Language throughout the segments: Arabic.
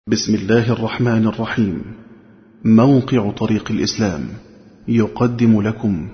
بسم الله الرحمن الرحيم. موقع طريق الإسلام يقدم لكم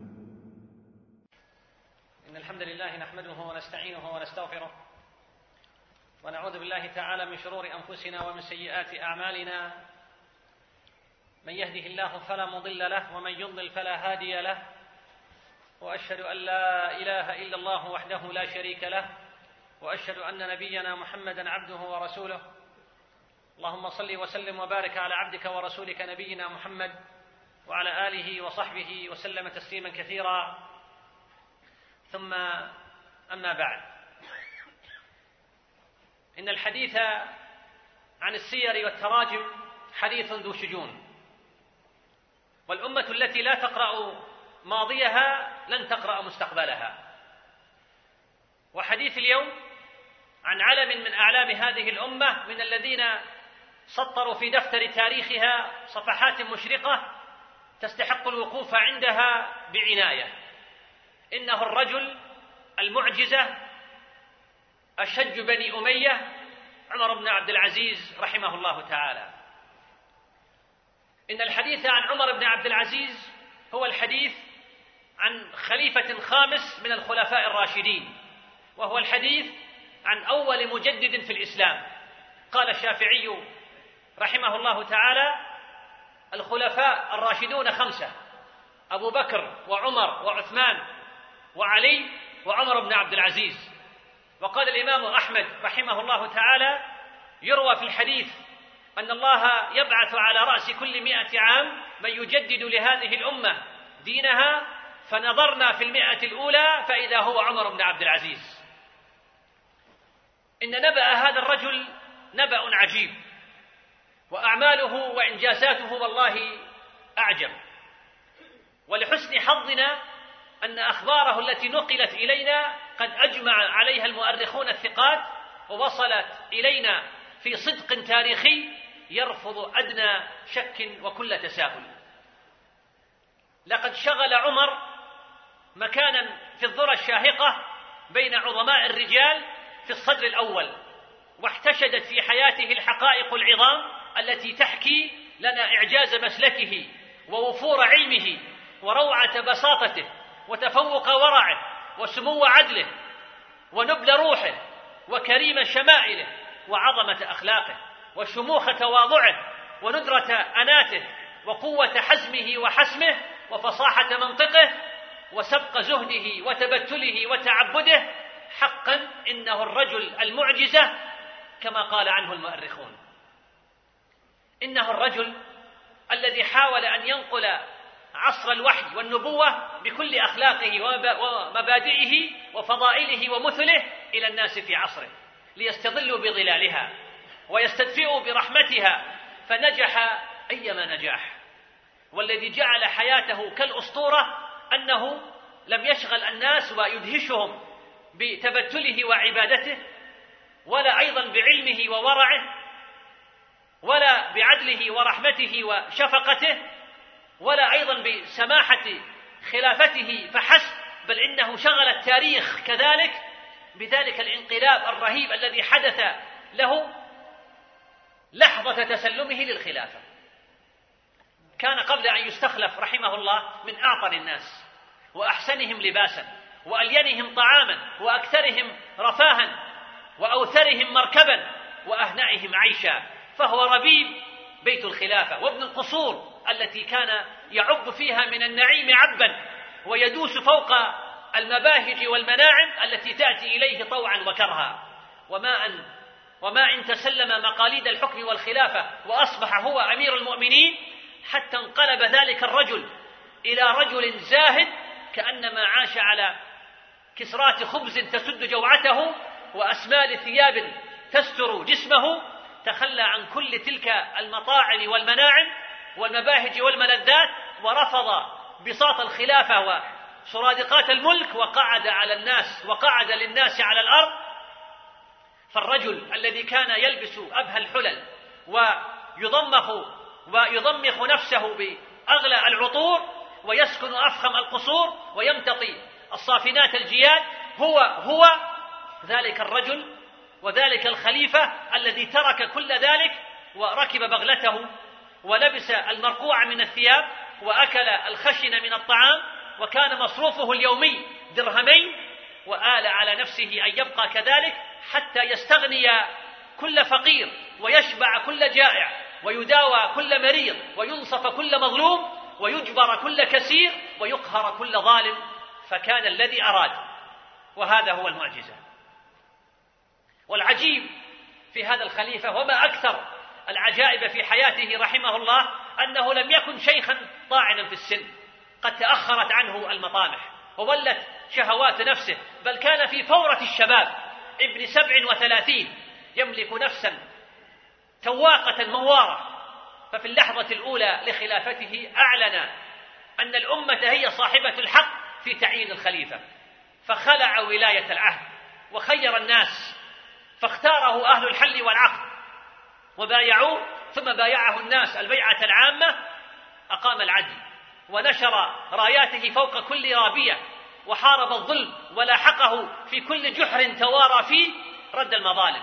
إن الحمد لله نحمده ونستعينه ونستغفره ونعوذ بالله تعالى من شرور أنفسنا ومن سيئات أعمالنا. من يهده الله فلا مضل له ومن يضلل فلا هادي له، وأشهد أن لا إله إلا الله وحده لا شريك له، وأشهد أن نبينا محمدا عبده ورسوله. اللهم صل وسلم وبارك على عبدك ورسولك نبينا محمد وعلى آله وصحبه وسلم تسليما كثيرا، ثم أما بعد. إن الحديث عن السير والتراجم حديث ذو شجون، والأمة التي لا تقرأ ماضيها لن تقرأ مستقبلها. وحديث اليوم عن علم من أعلام هذه الأمة، من الذين سطروا في دفتر تاريخها صفحات مشرقة تستحق الوقوف عندها بعناية. إنه الرجل المعجزة أشج بني أمية، عمر بن عبد العزيز رحمه الله تعالى. إن الحديث عن عمر بن عبد العزيز هو الحديث عن خليفة خامس من الخلفاء الراشدين، وهو الحديث عن أول مجدد في الإسلام. قال الشافعي رحمه الله تعالى: الخلفاء الراشدون خمسة: أبو بكر وعمر وعثمان وعلي وعمر بن عبد العزيز. وقال الإمام أحمد رحمه الله تعالى: يروى في الحديث أن الله يبعث على رأس كل 100 عام من يجدد لهذه الأمة دينها، فنظرنا في 100 الأولى فإذا هو عمر بن عبد العزيز. إن نبأ هذا الرجل نبأ عجيب، وأعماله وإنجازاته والله أعجب. ولحسن حظنا أن أخباره التي نقلت إلينا قد أجمع عليها المؤرخون الثقات، ووصلت إلينا في صدق تاريخي يرفض أدنى شك وكل تساهل. لقد شغل عمر مكانا في الذرة الشاهقة بين عظماء الرجال في الصدر الأول، واحتشدت في حياته الحقائق العظام التي تحكي لنا إعجاز مسلكه ووفور علمه وروعة بساطته وتفوق ورعه وسمو عدله ونبل روحه وكريم شمائله وعظمة أخلاقه وشموخ تواضعه وندرة أناته وقوة حزمه وحسمه وفصاحة منطقه وسبق زهده وتبتله وتعبده. حقا إنه الرجل المعجزة كما قال عنه المؤرخون. إنه الرجل الذي حاول أن ينقل عصر الوحي والنبوة بكل أخلاقه ومبادئه وفضائله ومثله إلى الناس في عصره، ليستظلوا بظلالها ويستدفئوا برحمتها، فنجح أيما نجاح. والذي جعل حياته كالأسطورة أنه لم يشغل الناس ويدهشهم بتبتله وعبادته، ولا أيضا بعلمه وورعه، ولا بعدله ورحمته وشفقته، ولا أيضا بسماحة خلافته فحسب، بل إنه شغل التاريخ كذلك بذلك الانقلاب الرهيب الذي حدث له لحظة تسلمه للخلافة. كان قبل أن يستخلف رحمه الله من أعطر الناس وأحسنهم لباسا وألينهم طعاما وأكثرهم رفاها وأوثرهم مركبا وأهنئهم عيشا، فهو ربيب بيت الخلافة وابن القصور التي كان يعب فيها من النعيم عبا ويدوس فوق المباهج والمناعم التي تأتي إليه طوعا وكرها. وما إن تسلم مقاليد الحكم والخلافة وأصبح هو أمير المؤمنين حتى انقلب ذلك الرجل إلى رجل زاهد، كأنما عاش على كسرات خبز تسد جوعته وأسمال ثياب تستر جسمه. تخلى عن كل تلك المطاعم والمناعم والمباهج والملذات، ورفض بساط الخلافة وسرادقات الملك، وقعد للناس على الأرض. فالرجل الذي كان يلبس أبهى الحلل ويضمخ نفسه بأغلى العطور ويسكن أفخم القصور ويمتطي الصافنات الجياد، هو ذلك الرجل وذلك الخليفة الذي ترك كل ذلك وركب بغلته ولبس المرقوع من الثياب وأكل الخشن من الطعام، وكان مصروفه اليومي 2 درهمين، وآل على نفسه أن يبقى كذلك حتى يستغني كل فقير ويشبع كل جائع ويداوى كل مريض وينصف كل مظلوم ويجبر كل كسير ويقهر كل ظالم، فكان الذي أراد. وهذا هو المعجزة. والعجيب في هذا الخليفة وما أكثر العجائب في حياته رحمه الله أنه لم يكن شيخا طاعنا في السن، قد تأخرت عنه المطامح وولت شهوات نفسه، بل كان في فورة الشباب، ابن 37 يملك نفسا تواقة موارة. ففي اللحظة الأولى لخلافته أعلن أن الأمة هي صاحبة الحق في تعيين الخليفة، فخلع ولاية العهد وخير الناس، فاختاره أهل الحل والعقد وبايعوه، ثم بايعه الناس البيعة العامة، أقام العدل ونشر راياته فوق كل رابية وحارب الظلم ولاحقه في كل جحر توارى فيه، رد المظالم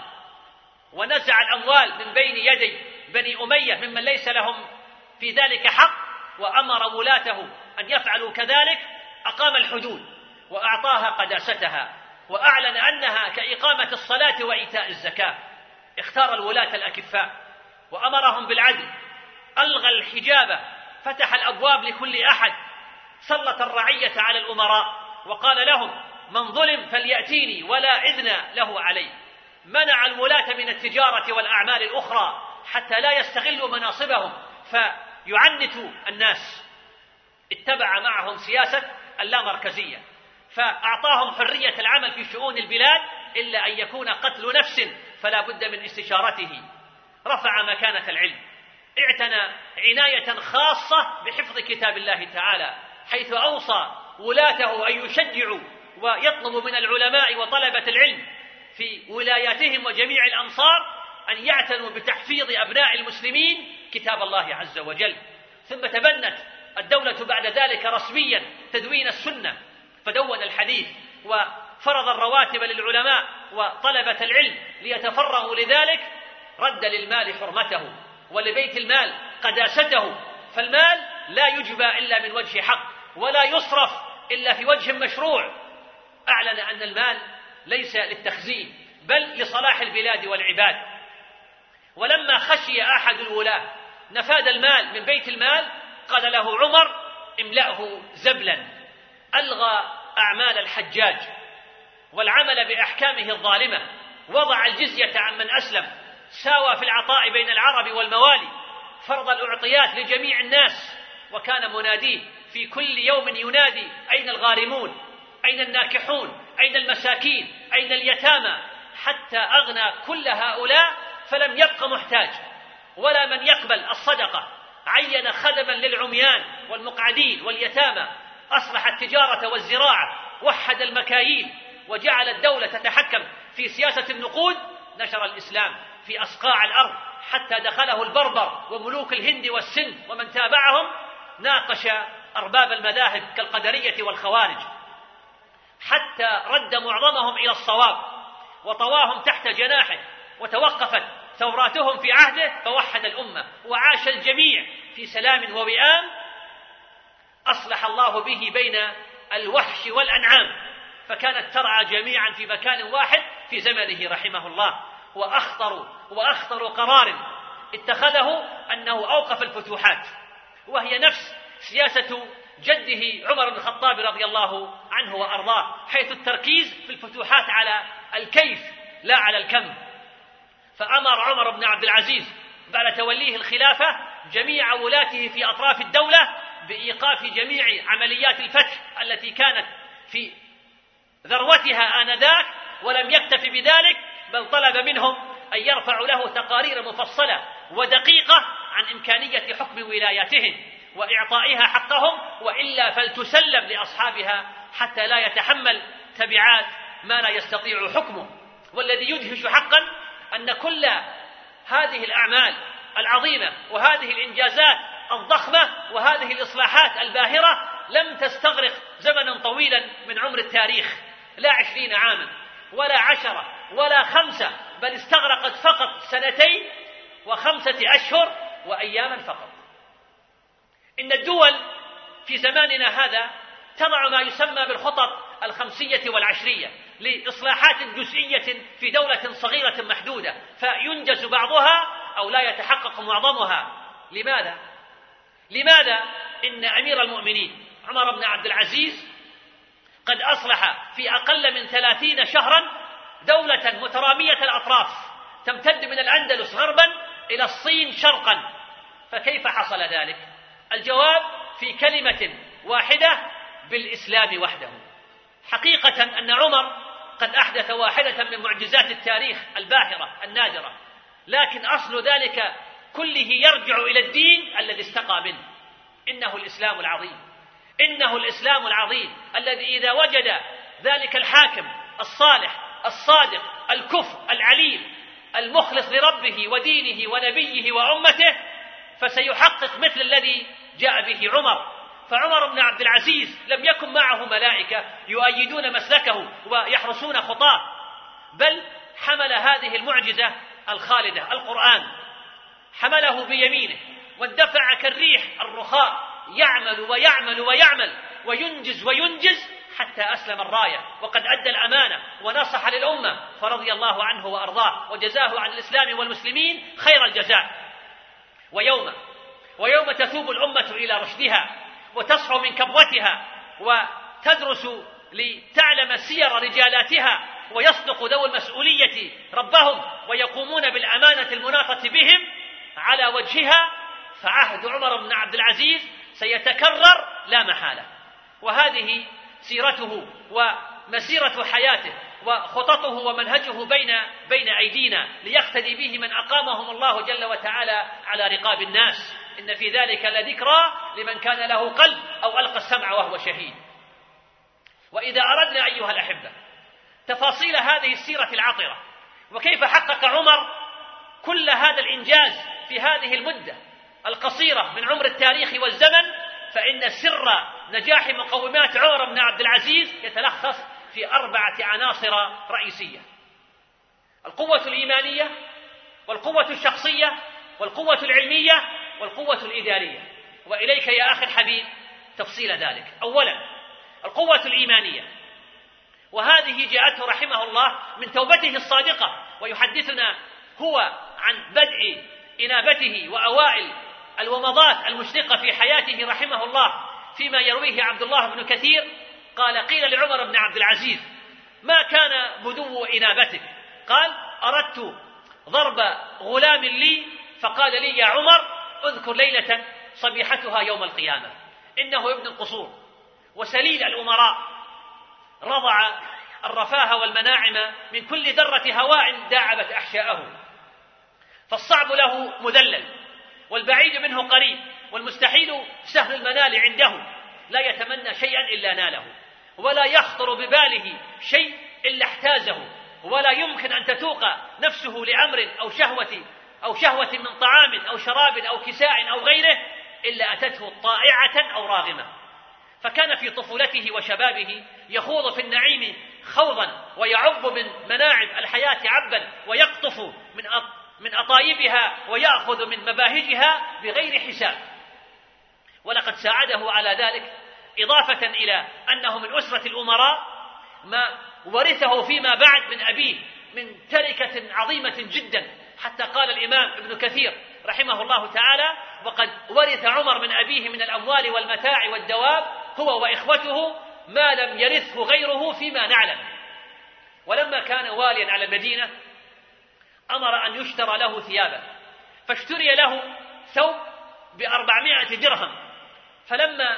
ونزع الأموال من بين يدي بني أمية ممن ليس لهم في ذلك حق، وأمر ولاته أن يفعلوا كذلك، أقام الحدود وأعطاها قداستها، وأعلن أنها كإقامة الصلاة وإيتاء الزكاة. اختار الولاة الأكفاء وأمرهم بالعدل، ألغى الحجاب، فتح الأبواب لكل أحد، سلط الرعية على الأمراء وقال لهم من ظلم فليأتيني ولا إذن له عليه، منع الولاة من التجارة والأعمال الأخرى حتى لا يستغلوا مناصبهم فيعنتوا الناس، اتبع معهم سياسة اللامركزية، فأعطاهم حرية العمل في شؤون البلاد إلا أن يكون قتل نفس فلا بد من استشارته، رفع مكانة العلم، اعتنى عناية خاصة بحفظ كتاب الله تعالى، حيث أوصى ولاته أن يشجعوا ويطلبوا من العلماء وطلبة العلم في ولاياتهم وجميع الأمصار أن يعتنوا بتحفيظ أبناء المسلمين كتاب الله عز وجل. ثم تبنت الدولة بعد ذلك رسميا تدوين السنة، فدون الحديث وفرض الرواتب للعلماء وطلبة العلم ليتفرغوا لذلك، رد للمال حرمته ولبيت المال قداسته، فالمال لا يجبى إلا من وجه حق ولا يصرف إلا في وجه مشروع. أعلن أن المال ليس للتخزين بل لصلاح البلاد والعباد. ولما خشي أحد الولاة نفاد المال من بيت المال قال له عمر املأه زبلا، ألغى أعمال الحجاج والعمل بأحكامه الظالمة، وضع الجزية عن من أسلم، ساوى في العطاء بين العرب والموالي، فرض الأعطيات لجميع الناس، وكان مناديه في كل يوم ينادي أين الغارمون، أين الناكحون، أين المساكين، أين اليتامى، حتى أغنى كل هؤلاء فلم يبق محتاج ولا من يقبل الصدقة. عين خدما للعميان والمقعدين واليتامى، أصلح التجارة والزراعة، وحد المكاييل، وجعل الدولة تتحكم في سياسة النقود. نشر الإسلام في أصقاع الأرض حتى دخله البربر وملوك الهند والسند ومن تابعهم، ناقش أرباب المذاهب كالقدرية والخوارج حتى رد معظمهم إلى الصواب وطواهم تحت جناحه، وتوقفت ثوراتهم في عهده فوحد الأمة وعاش الجميع في سلام ووئام. أصلح الله به بين الوحش والأنعام، فكانت ترعى جميعا في مكان واحد في زمنه رحمه الله. وأخطر قرار اتخذه أنه أوقف الفتوحات، وهي نفس سياسة جده عمر بن الخطاب رضي الله عنه وأرضاه، حيث التركيز في الفتوحات على الكيف لا على الكم. فأمر عمر بن عبد العزيز بعد توليه الخلافة جميع ولاته في أطراف الدولة بإيقاف جميع عمليات الفتح التي كانت في ذروتها آنذاك، ولم يكتف بذلك بل طلب منهم أن يرفعوا له تقارير مفصلة ودقيقة عن إمكانية حكم ولاياتهم وإعطائها حقهم، وإلا فلتسلم لأصحابها حتى لا يتحمل تبعات ما لا يستطيع حكمه. والذي يدهش حقا أن كل هذه الأعمال العظيمة وهذه الإنجازات الضخمة وهذه الإصلاحات الباهرة لم تستغرق زمنا طويلا من عمر التاريخ، لا 20 عاما ولا 10 ولا 5، بل استغرقت فقط 2 و5 أشهر وأياما فقط. إن الدول في زماننا هذا تضع ما يسمى بالخطط 50 والعشرية لإصلاحات جزئية في دولة صغيرة محدودة، فينجز بعضها أو لا يتحقق معظمها. لماذا؟ إن أمير المؤمنين عمر بن عبد العزيز قد أصلح في أقل من 30 شهرا دولة مترامية الأطراف تمتد من الأندلس غربا إلى الصين شرقا. فكيف حصل ذلك؟ الجواب في كلمة واحدة: بالإسلام وحده. حقيقة أن عمر قد أحدث واحدة من معجزات التاريخ الباهرة النادرة، لكن أصل ذلك كله يرجع إلى الدين الذي استقى منه. إنه الإسلام العظيم، إنه الإسلام العظيم الذي إذا وجد ذلك الحاكم الصالح الصادق الكفء العليم المخلص لربه ودينه ونبيه وأمته فسيحقق مثل الذي جاء به عمر. فعمر بن عبد العزيز لم يكن معه ملائكة يؤيدون مسلكه ويحرسون خطاه، بل حمل هذه المعجزة الخالدة القرآن، حمله بيمينه واندفع كالريح الرخاء يعمل ويعمل ويعمل وينجز وينجز حتى أسلم الراية وقد أدى الأمانة ونصح للأمة، فرضي الله عنه وأرضاه وجزاه عن الإسلام والمسلمين خير الجزاء. ويوم تثوب الأمة إلى رشدها وتصحو من كبوتها وتدرس لتعلم سير رجالاتها ويصدق ذوي المسؤولية ربهم ويقومون بالأمانة المناطة بهم على وجهها، فعهد عمر بن عبد العزيز سيتكرر لا محالة. وهذه سيرته ومسيرة حياته وخططه ومنهجه بين أيدينا ليقتدي به من أقامهم الله جل وتعالى على رقاب الناس. إن في ذلك لذكرى لمن كان له قلب أو ألقى السمع وهو شهيد. وإذا أردنا أيها الأحبة تفاصيل هذه السيرة العطرة وكيف حقق عمر كل هذا الإنجاز في هذه المدة القصيرة من عمر التاريخ والزمن، فإن سر نجاح مقومات عمر بن عبد العزيز يتلخص في 4 عناصر رئيسية: القوة الإيمانية، والقوة الشخصية، والقوة العلمية، والقوة الإدارية. وإليك يا أخي الحبيب تفصيل ذلك. أولا القوة الإيمانية، وهذه جاءته رحمه الله من توبته الصادقة، ويحدثنا هو عن بدء إنابته وأوائل الومضات المشرقة في حياته رحمه الله فيما يرويه عبد الله بن كثير قال: قيل لعمر بن عبد العزيز: ما كان بدو إنابتك؟ قال: أردت ضرب غلام لي فقال لي: يا عمر اذكر ليلة صبيحتها يوم القيامة، إنه ابن القصور وسليل الأمراء، رضع الرفاه والمناعم من كل ذرة هواء داعبت أحشاءه، فالصعب له مذلل والبعيد منه قريب والمستحيل سهل المنال عنده، لا يتمنى شيئا إلا ناله، ولا يخطر بباله شيء إلا احتازه، ولا يمكن أن تتوق نفسه لأمر أو شهوة من طعام أو شراب أو كساء أو غيره إلا أتته طائعة أو راغمة. فكان في طفولته وشبابه يخوض في النعيم خوضا ويعب من مناعم الحياة عبا ويقطف من أطايبها ويأخذ من مباهجها بغير حساب. ولقد ساعده على ذلك إضافة إلى أنه من أسرة الأمراء ما ورثه فيما بعد من أبيه من تركة عظيمة جدا، حتى قال الإمام ابن كثير رحمه الله تعالى: وقد ورث عمر من أبيه من الأموال والمتاع والدواب هو وإخوته ما لم يرثه غيره فيما نعلم. ولما كان واليا على المدينة أمر أن يشترى له ثيابا، فاشتري له ثوب ب400 درهم، فلما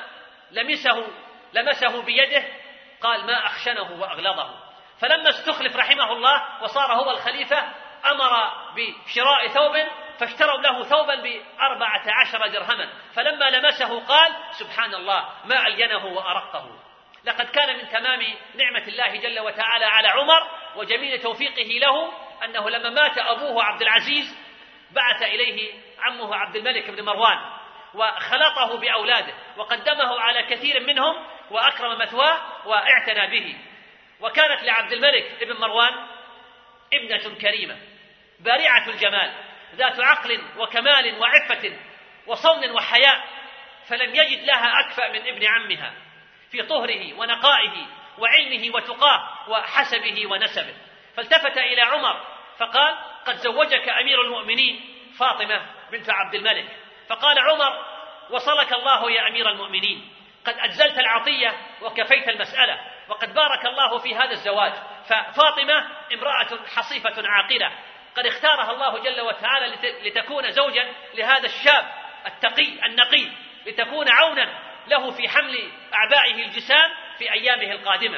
لمسه بيده قال: ما أخشنه وأغلظه. فلما استخلف رحمه الله وصار هو الخليفة أمر بشراء ثوب، فاشتروا له ثوبا ب14 درهما، فلما لمسه قال: سبحان الله ما ألينه وأرقه. لقد كان من تمام نعمة الله جل وتعالى على عمر وجميل توفيقه له أنه لما مات أبوه عبد العزيز بعث إليه عمه عبد الملك بن مروان وخلطه بأولاده وقدمه على كثير منهم وأكرم مثواه واعتنى به. وكانت لعبد الملك بن مروان ابنة كريمة بارعة الجمال ذات عقل وكمال وعفة وصون وحياء، فلم يجد لها أكفأ من ابن عمها في طهره ونقائه وعلمه وتقاه وحسبه ونسبه، فالتفت إلى عمر فقال: قد زوجك أمير المؤمنين فاطمة بنت عبد الملك. فقال عمر: وصلك الله يا أمير المؤمنين، قد أجزلت العطية وكفيت المسألة، وقد بارك الله في هذا الزواج، ففاطمة امرأة حصيفة عاقلة قد اختارها الله جل وتعالى لتكون زوجا لهذا الشاب التقي النقي، لتكون عونا له في حمل أعبائه الجسام في أيامه القادمة،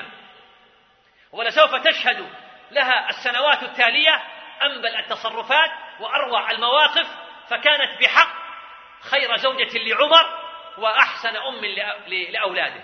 ولسوف تشهد لها السنوات التالية أنبل التصرفات وأروع المواقف، فكانت بحق خير زوجة لعمر وأحسن أم لأولاده.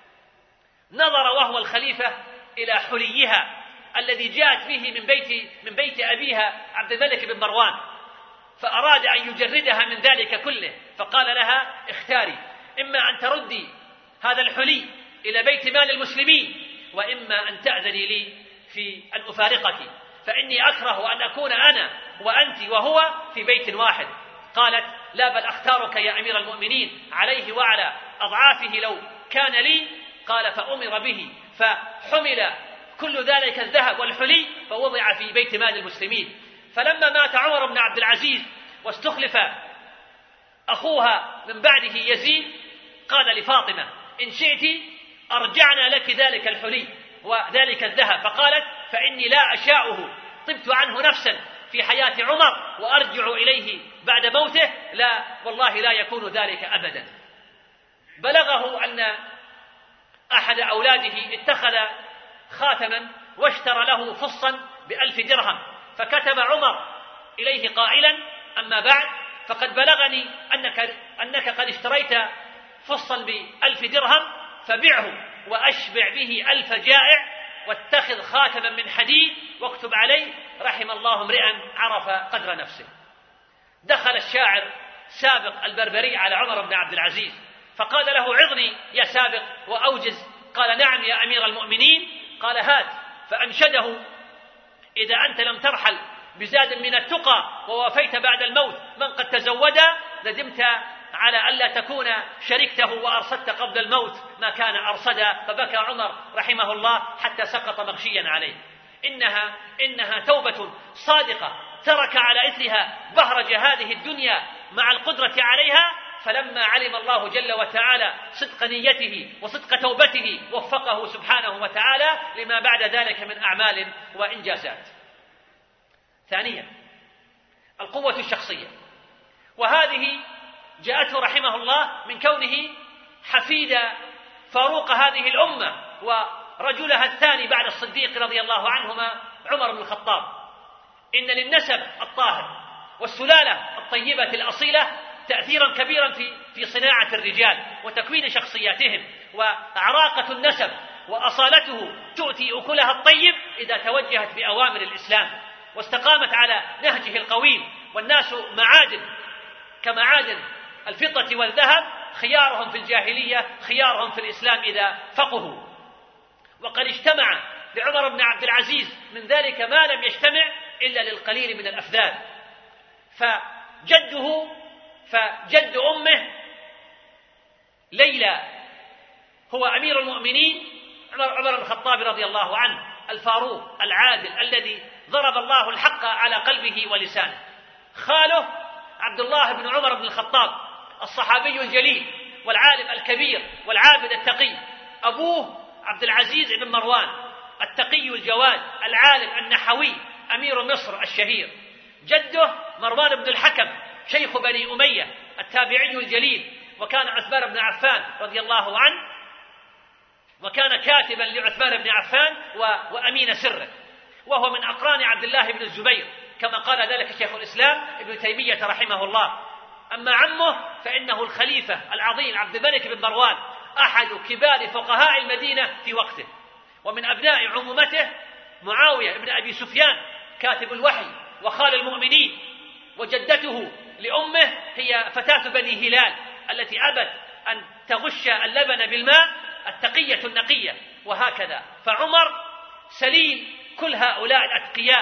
نظر وهو الخليفة إلى حليها الذي جاءت به من بيت أبيها عبد الملك بن مروان، فأراد أن يجردها من ذلك كله، فقال لها: اختاري، إما أن تردي هذا الحلي إلى بيت مال المسلمين، وإما أن تأذني لي في أن أفارقك، فإني أكره أن أكون أنا وأنت وهو في بيت واحد. قالت: لا، بل أختارك يا أمير المؤمنين عليه وعلى أضعافه لو كان لي. قال: فأمر به، فحمل كل ذلك الذهب والحلي فوضع في بيت مال المسلمين. فلما مات عمر بن عبد العزيز واستخلف أخوها من بعده يزيد، قال لفاطمة: إن شئت أرجعنا لك ذلك الحلي وذلك الذهب. فقالت: فإني لا أشاؤه، طبت عنه نفسا في حياة عمر وأرجع إليه بعد موته، لا والله لا يكون ذلك أبدا. بلغه أن أحد أولاده اتخذ خاتما واشترى له فصا ب1000 درهم، فكتب عمر إليه قائلا: أما بعد، فقد بلغني أنك قد اشتريت فصا ب1000 درهم، فبعه وأشبع به 1000 جائع، واتخذ خاتما من حديد واكتب عليه: رحم الله امرئا عرف قدر نفسه. دخل الشاعر سابق البربري على عمر بن عبد العزيز فقال له: عظني يا سابق وأوجز. قال: نعم يا أمير المؤمنين. قال: هات. فأنشده: إذا أنت لم ترحل بزاد من التقى ووفيت بعد الموت من قد تزود، ندمت على ألا تكون شركته وأرصدت قبل الموت ما كان أرصدا. فبكى عمر رحمه الله حتى سقط مغشيا عليه. إنها توبة صادقة ترك على إثرها بهرج هذه الدنيا مع القدرة عليها، فلما علم الله جل وتعالى صدق نيته وصدق توبته وفقه سبحانه وتعالى لما بعد ذلك من أعمال وإنجازات. ثانيا، القوة الشخصية، وهذه جاءته رحمه الله من كونه حفيد فاروق هذه الأمة ورجلها الثاني بعد الصديق رضي الله عنهما عمر بن الخطاب. إن للنسب الطاهر والسلالة الطيبة الأصيلة تأثيرا كبيرا في صناعة الرجال وتكوين شخصياتهم، وعراقة النسب وأصالته تؤتي أكلها الطيب إذا توجهت بأوامر الإسلام واستقامت على نهجه القويم. والناس معادن كمعادن الفضة والذهب، خيارهم في الجاهلية خيارهم في الإسلام إذا فقهوا. وقد اجتمع لعمر بن عبد العزيز من ذلك ما لم يجتمع إلا للقليل من الأفذاذ. فجد أمه ليلى هو أمير المؤمنين عمر بن الخطاب رضي الله عنه، الفاروق العادل الذي ضرب الله الحق على قلبه ولسانه. خاله عبد الله بن عمر بن الخطاب الصحابي الجليل والعالم الكبير والعابد التقي. أبوه عبد العزيز بن مروان التقي الجواد العالم النحوي أمير مصر الشهير. جده مروان بن الحكم شيخ بني أمية التابعي الجليل، وكان عثمان بن عفان رضي الله عنه، وكان كاتبا لعثمان بن عفان وأمين سره، وهو من أقران عبد الله بن الزبير كما قال ذلك شيخ الإسلام ابن تيمية رحمه الله. أما عمه فإنه الخليفة العظيم عبد الملك بن مروان أحد كبار فقهاء المدينة في وقته، ومن أبناء عمومته معاوية بن أبي سفيان كاتب الوحي وخال المؤمنين. وجدته لأمه هي فتاة بني هلال التي أبت أن تغش اللبن بالماء التقية النقية. وهكذا فعمر سليل كل هؤلاء الأتقياء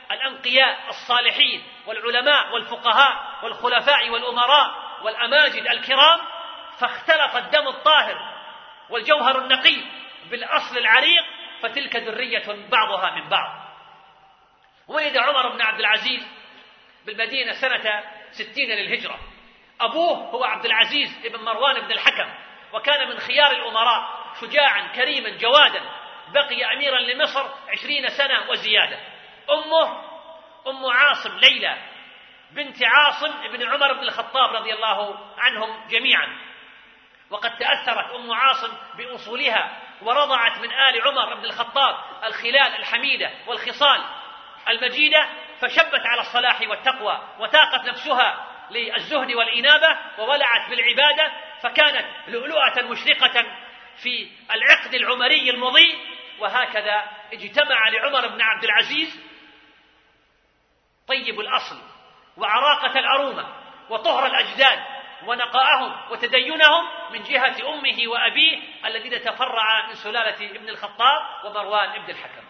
الأنقياء الصالحين والعلماء والفقهاء والخلفاء والأمراء والأماجد الكرام، فاختلط الدم الطاهر والجوهر النقي بالأصل العريق، فتلك ذرية بعضها من بعض. ولد عمر بن عبد العزيز بالمدينة سنة 60 للهجرة. أبوه هو عبد العزيز بن مروان بن الحكم، وكان من خيار الأمراء، شجاعا كريما جوادا، بقي أميرا لمصر 20 سنة وزيادة. أمه أم عاصم ليلى بنت عاصم بن عمر بن الخطاب رضي الله عنهم جميعا، وقد تأثرت أم عاصم بأصولها ورضعت من آل عمر بن الخطاب الخلال الحميدة والخصال المجيدة، فشبت على الصلاح والتقوى، وتاقت نفسها للزهد والإنابة، وولعت بالعبادة، فكانت لؤلؤة مشرقة في العقد العمري المضيء. وهكذا اجتمع لعمر بن عبد العزيز طيب الأصل وعراقة الأرومة وطهر الأجداد ونقاءهم وتدينهم من جهة أمه وأبيه الذين تفرعا من سلالة ابن الخطاب ومروان ابن الحكم.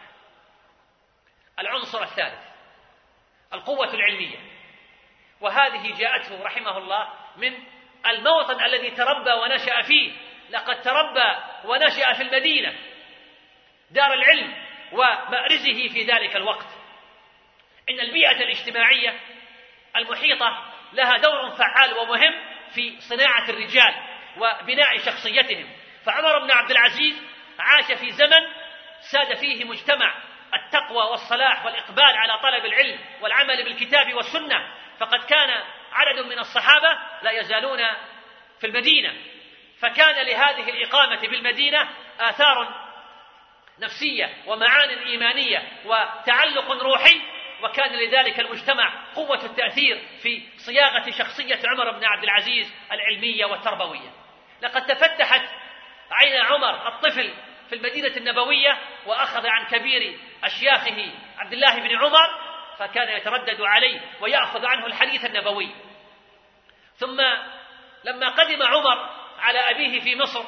العنصر الثالث القوة العلمية، وهذه جاءته رحمه الله من الموطن الذي تربى ونشأ فيه. لقد تربى ونشأ في المدينة دار العلم ومأرزه في ذلك الوقت. إن البيئة الاجتماعية المحيطة لها دور فعال ومهم في صناعة الرجال وبناء شخصيتهم. فعمر بن عبد العزيز عاش في زمن ساد فيه مجتمع التقوى والصلاح والإقبال على طلب العلم والعمل بالكتاب والسنة، فقد كان عدد من الصحابة لا يزالون في المدينة، فكان لهذه الإقامة بالمدينة آثار نفسية ومعان إيمانية وتعلق روحي، وكان لذلك المجتمع قوة التأثير في صياغة شخصية عمر بن عبد العزيز العلمية والتربوية. لقد تفتحت عين عمر الطفل في المدينة النبوية، وأخذ عن كبير أشياخه عبد الله بن عمر، فكان يتردد عليه ويأخذ عنه الحديث النبوي. ثم لما قدم عمر على أبيه في مصر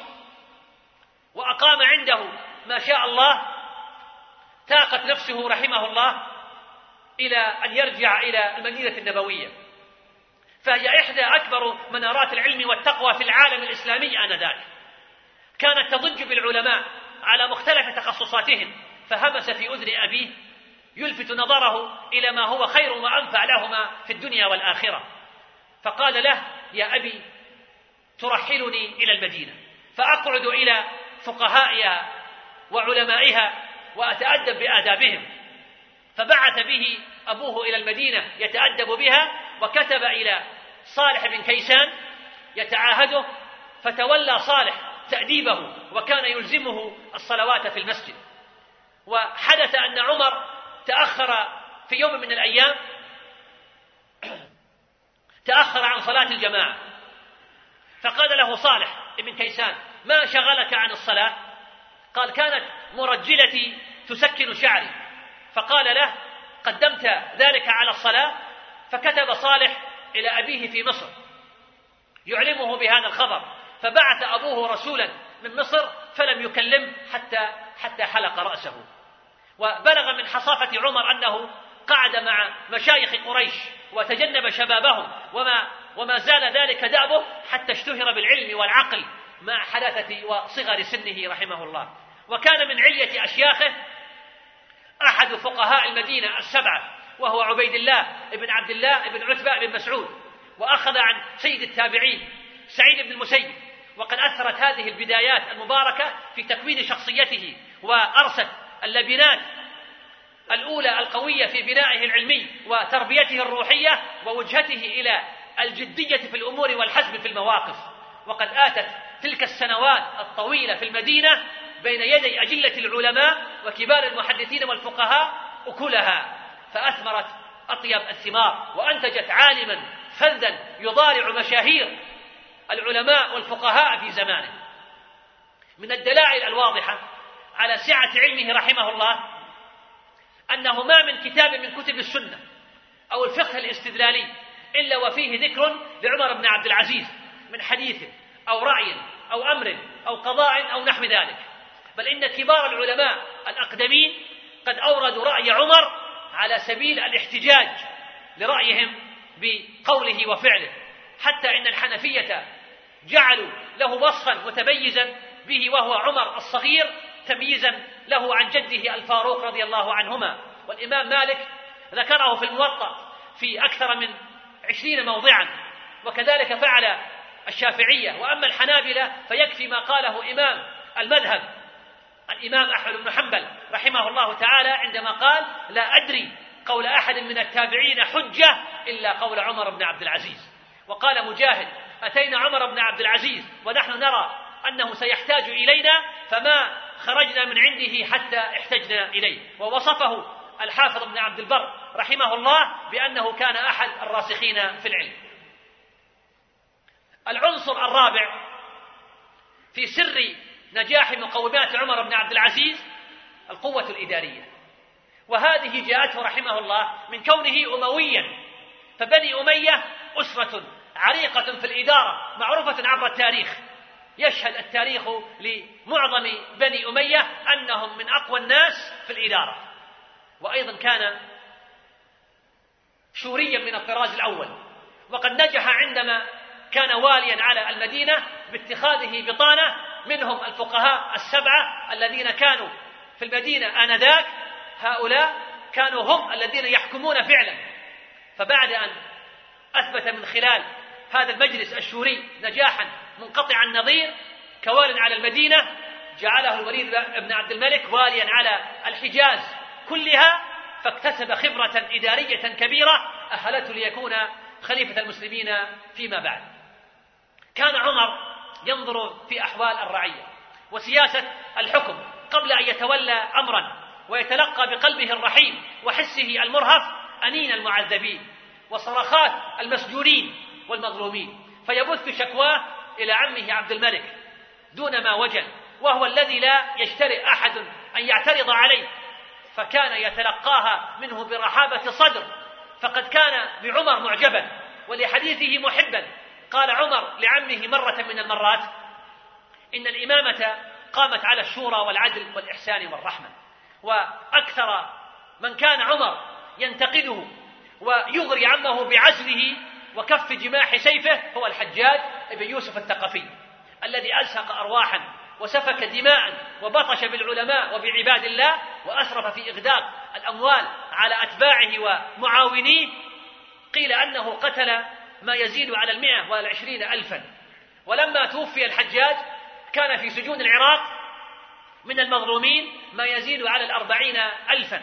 وأقام عنده ما شاء الله، تاقت نفسه رحمه الله إلى أن يرجع إلى المدينة النبوية، فهي إحدى أكبر منارات العلم والتقوى في العالم الإسلامي آنذاك. كانت تضج بالعلماء على مختلف تخصصاتهم، فهمس في أذن أبيه يلفت نظره إلى ما هو خير وأنفع لهما في الدنيا والآخرة، فقال له: يا أبي، ترحلني إلى المدينة فأقعد إلى فقهائها وعلمائها وأتأدب بآدابهم. فبعث به أبوه إلى المدينة يتأدب بها، وكتب إلى صالح بن كيسان يتعاهده، فتولى صالح تأديبه وكان يلزمه الصلوات في المسجد. وحدث أن عمر تأخر في يوم من الأيام، تأخر عن صلاة الجماعة، فقال له صالح بن كيسان: ما شغلك عن الصلاة؟ قال: كانت مرجلتي تسكن شعري. فقال له: قدمت ذلك على الصلاة؟ فكتب صالح إلى أبيه في مصر يعلمه بهذا الخبر، فبعث أبوه رسولا من مصر فلم يكلم حتى حلق رأسه. وبلغ من حصافة عمر أنه قعد مع مشايخ قريش وتجنب شبابهم، وما زال ذلك دأبه حتى اشتهر بالعلم والعقل مع حداثة وصغر سنه رحمه الله. وكان من علية أشياخه أحد فقهاء المدينة السبعة، وهو عبيد الله بن عبد الله بن عتبة بن مسعود، وأخذ عن سيد التابعين سعيد بن المسيب. وقد أثرت هذه البدايات المباركة في تكوين شخصيته، وأرست اللبنات الأولى القوية في بنائه العلمي وتربيته الروحية ووجهته إلى الجدية في الأمور والحزم في المواقف. وقد آتت تلك السنوات الطويلة في المدينة بين يدي أجلة العلماء وكبار المحدثين والفقهاء أكلها، فأثمرت أطيب الثمار، وأنتجت عالما فذا يضارع مشاهير العلماء والفقهاء في زمانه. من الدلائل الواضحة على سعة علمه رحمه الله أنه ما من كتاب من كتب السنة أو الفقه الاستدلالي إلا وفيه ذكر لعمر بن عبد العزيز من حديث أو رأي أو أمر أو قضاء أو نحو ذلك، بل إن كبار العلماء الأقدمين قد أوردوا رأي عمر على سبيل الاحتجاج لرأيهم بقوله وفعله، حتى إن الحنفية جعلوا له وصفا متميزا به وهو عمر الصغير تمييزا له عن جده الفاروق رضي الله عنهما. والإمام مالك ذكره في الموطأ في أكثر من 20 موضعا، وكذلك فعل الشافعية. وأما الحنابلة فيكفي ما قاله إمام المذهب الإمام أحمد بن حنبل رحمه الله تعالى عندما قال: لا أدري قول أحد من التابعين حجة إلا قول عمر بن عبد العزيز. وقال مجاهد: أتينا عمر بن عبد العزيز ونحن نرى أنه سيحتاج إلينا فما خرجنا من عنده حتى احتجنا إليه. ووصفه الحافظ بن عبد البر رحمه الله بأنه كان أحد الراسخين في العلم. العنصر الرابع في سر نجاح مقومات عمر بن عبد العزيز القوة الإدارية، وهذه جاءته رحمه الله من كونه أمويا، فبني أمية أسرة عريقة في الإدارة معروفة عبر التاريخ. يشهد التاريخ لمعظم بني أمية أنهم من أقوى الناس في الإدارة، وأيضا كان شوريا من الطراز الأول، وقد نجح عندما كان واليا على المدينة باتخاذه بطانة منهم الفقهاء السبعة الذين كانوا في المدينة آنذاك. هؤلاء كانوا هم الذين يحكمون فعلا. فبعد أن أثبت من خلال هذا المجلس الشوري نجاحا منقطع النظير كوال على المدينة، جعله الوليد بن عبد الملك واليا على الحجاز كلها، فاكتسب خبرة إدارية كبيرة أهلته ليكون خليفة المسلمين فيما بعد. كان عمر ينظر في أحوال الرعية وسياسة الحكم قبل أن يتولى أمرا، ويتلقى بقلبه الرحيم وحسه المرهف أنين المعذبين وصرخات المسجونين والمظلومين، فيبث شكواه إلى عمه عبد الملك دون ما وجل، وهو الذي لا يجترئ أحد أن يعترض عليه، فكان يتلقاها منه برحابة صدر، فقد كان بعمر معجبا ولحديثه محبا. قال عمر لعمه مرة من المرات: إن الإمامة قامت على الشورى والعدل والإحسان والرحمة. وأكثر من كان عمر ينتقده ويغري عمه بعزله وكف جماح سيفه هو الحجاج بن يوسف الثقفي، الذي أزهق أرواحا وسفك دماء وبطش بالعلماء وبعباد الله، وأسرف في إغداق الأموال على أتباعه ومعاونيه. قيل أنه قتل ما يزيد على 120,000. ولما توفي الحجاج كان في سجون العراق من المظلومين ما يزيد على 40,000.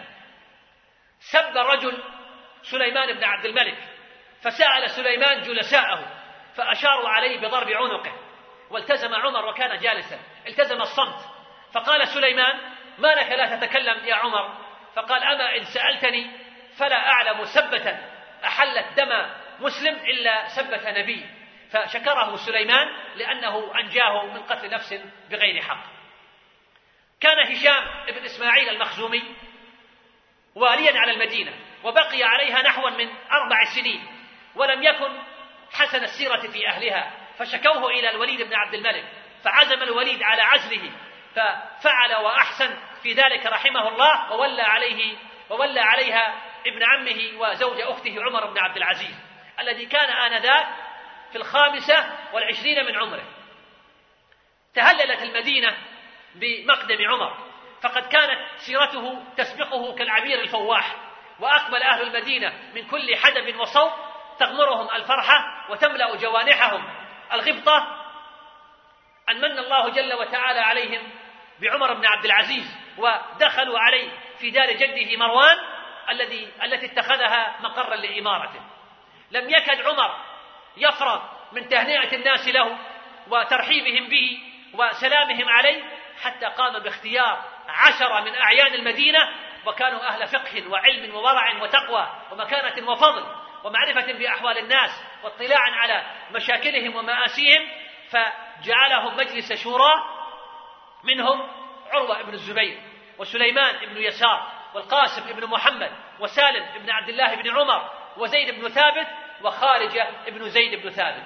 سب الرجل سليمان بن عبد الملك، فسأل سليمان جلساءه فأشاروا عليه بضرب عنقه، والتزم عمر وكان جالسا التزم الصمت. فقال سليمان: ما لك لا تتكلم يا عمر؟ فقال: أما إن سألتني فلا أعلم سبة أحلت دم مسلم إلا سبة نبي. فشكره سليمان لأنه أنجاه من قتل نفس بغير حق. كان هشام بن إسماعيل المخزومي واليا على المدينة، وبقي عليها نحو من 4 سنين، ولم يكن حسن السيرة في أهلها، فشكوه إلى الوليد بن عبد الملك، فعزم الوليد على عزله، ففعل وأحسن في ذلك رحمه الله، وولى عليها ابن عمه وزوج أخته عمر بن عبد العزيز، الذي كان آنذاك في 25 من عمره. تهللت المدينة بمقدم عمر، فقد كانت سيرته تسبقه كالعبير الفواح، وأقبل أهل المدينة من كل حدب وصوب تغمرهم الفرحة وتملأ جوانحهم الغبطة أن من الله جل وتعالى عليهم بعمر بن عبد العزيز، ودخلوا عليه في دار جده مروان التي اتخذها مقرا لإمارته. لم يكد عمر يفرغ من تهنئة الناس له وترحيبهم به وسلامهم عليه حتى قام باختيار 10 من أعيان المدينة، وكانوا أهل فقه وعلم وورع وتقوى ومكانة وفضل ومعرفة بأحوال الناس واطلاع على مشاكلهم ومآسيهم، فجعلهم مجلس شورى، منهم عروة بن الزبير وسليمان بن يسار والقاسم بن محمد وسالم بن عبد الله بن عمر وزيد بن ثابت وخارجة بن زيد بن ثابت.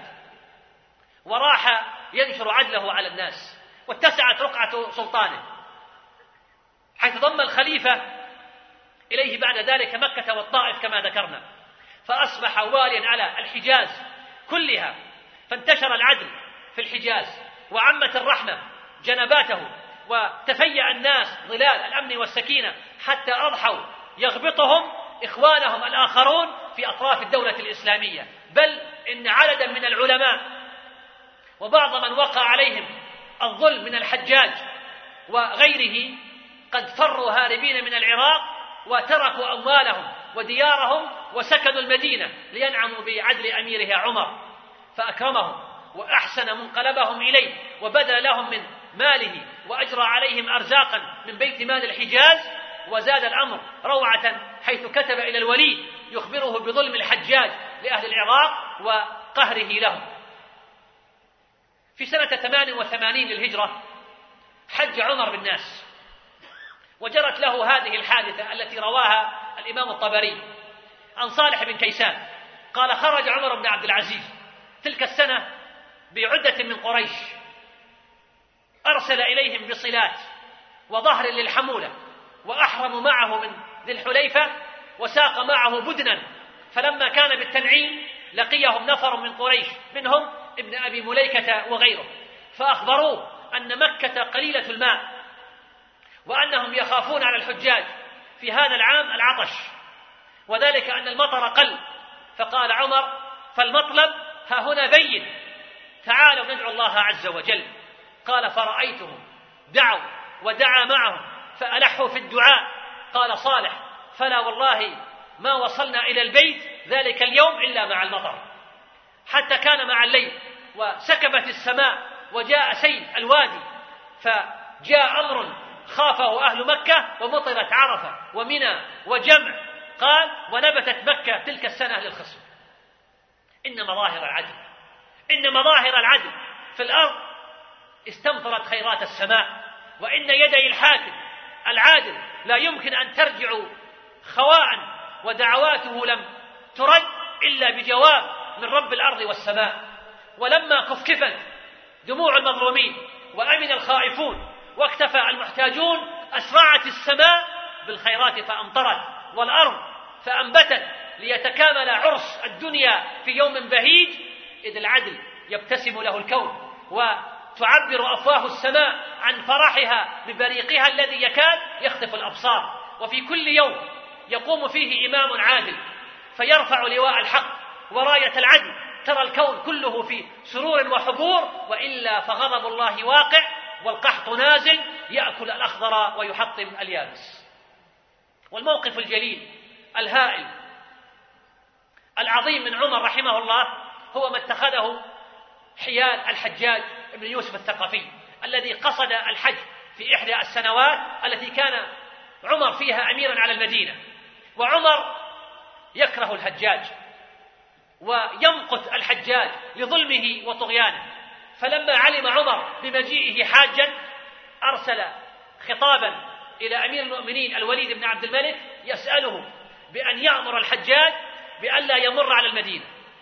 وراح ينشر عدله على الناس، واتسعت رقعة سلطانه، حيث ضم الخليفة إليه بعد ذلك مكة والطائف كما ذكرنا، فأصبح واليا على الحجاز كلها، فانتشر العدل في الحجاز وعمت الرحمة جنباته، وتفيأ الناس ظلال الأمن والسكينة حتى أضحوا يغبطهم إخوانهم الآخرون في أطراف الدولة الإسلامية. بل إن عددا من العلماء وبعض من وقع عليهم الظلم من الحجاج وغيره قد فروا هاربين من العراق وتركوا أموالهم وديارهم وسكنوا المدينة لينعموا بعدل أميرها عمر، فأكرمهم وأحسن منقلبهم إليه وبذل لهم من ماله وأجرى عليهم أرزاقا من بيت مال الحجاز. وزاد الأمر روعة حيث كتب إلى الوليد يخبره بظلم الحجاج لأهل العراق وقهره لهم. في سنة 88 للهجرة حج عمر بالناس، وجرت له هذه الحادثة التي رواها الإمام الطبري عن صالح بن كيسان قال: خرج عمر بن عبد العزيز تلك السنة بعدة من قريش، أرسل إليهم بصلات وظهر للحمولة، وأحرم معه من ذي الحليفة، وساق معه بدنا. فلما كان بالتنعيم لقيهم نفر من قريش منهم ابن أبي مليكة وغيره، فأخبروه أن مكة قليلة الماء وأنهم يخافون على الحجاج في هذا العام العطش، وذلك أن المطر قل. فقال عمر: فالمطلب ها هنا بين، تعالوا ندعو الله عز وجل. قال: فرأيتهم دعوا ودعا معهم فألحوا في الدعاء. قال صالح: فلا والله ما وصلنا إلى البيت ذلك اليوم إلا مع المطر، حتى كان مع الليل وسكبت السماء وجاء سيل الوادي، فجاء أمر خافه أهل مكة ومطرت عرفة ومنى وجمع. قال: ونبتت مكة تلك السنة للخصم. إن مظاهر العدل، إن مظاهر العدل في الأرض استمطرت خيرات السماء، وإن يدي الحاكم العادل لا يمكن أن ترجع خواء، ودعواته لم ترد إلا بجواب من رب الأرض والسماء. ولما كفكفت دموع المظلومين وأمن الخائفون واكتفى المحتاجون، أسرعت السماء بالخيرات فأمطرت، والأرض فأنبتت ليتكامل عرس الدنيا في يوم بهيج، إذ العدل يبتسم له الكون، وتعبر أفواه السماء عن فرحها ببريقها الذي يكاد يخطف الأبصار. وفي كل يوم يقوم فيه إمام عادل فيرفع لواء الحق وراية العدل، ترى الكون كله في سرور وحبور، وإلا فغضب الله واقع والقحط نازل يأكل الأخضر ويحطم اليابس. والموقف الجليل الهائل العظيم من عمر رحمه الله هو ما اتخذه حيال الحجاج بن يوسف الثقفي، الذي قصد الحج في إحدى السنوات التي كان عمر فيها أميرا على المدينة. وعمر يكره الحجاج ويمقت الحجاج لظلمه وطغيانه، فلما علم عمر بمجيئه حاجا أرسل خطابا إلى أمير المؤمنين الوليد بن عبد الملك يسأله بأن يأمر الحجاج بأن لا يمر على المدينة،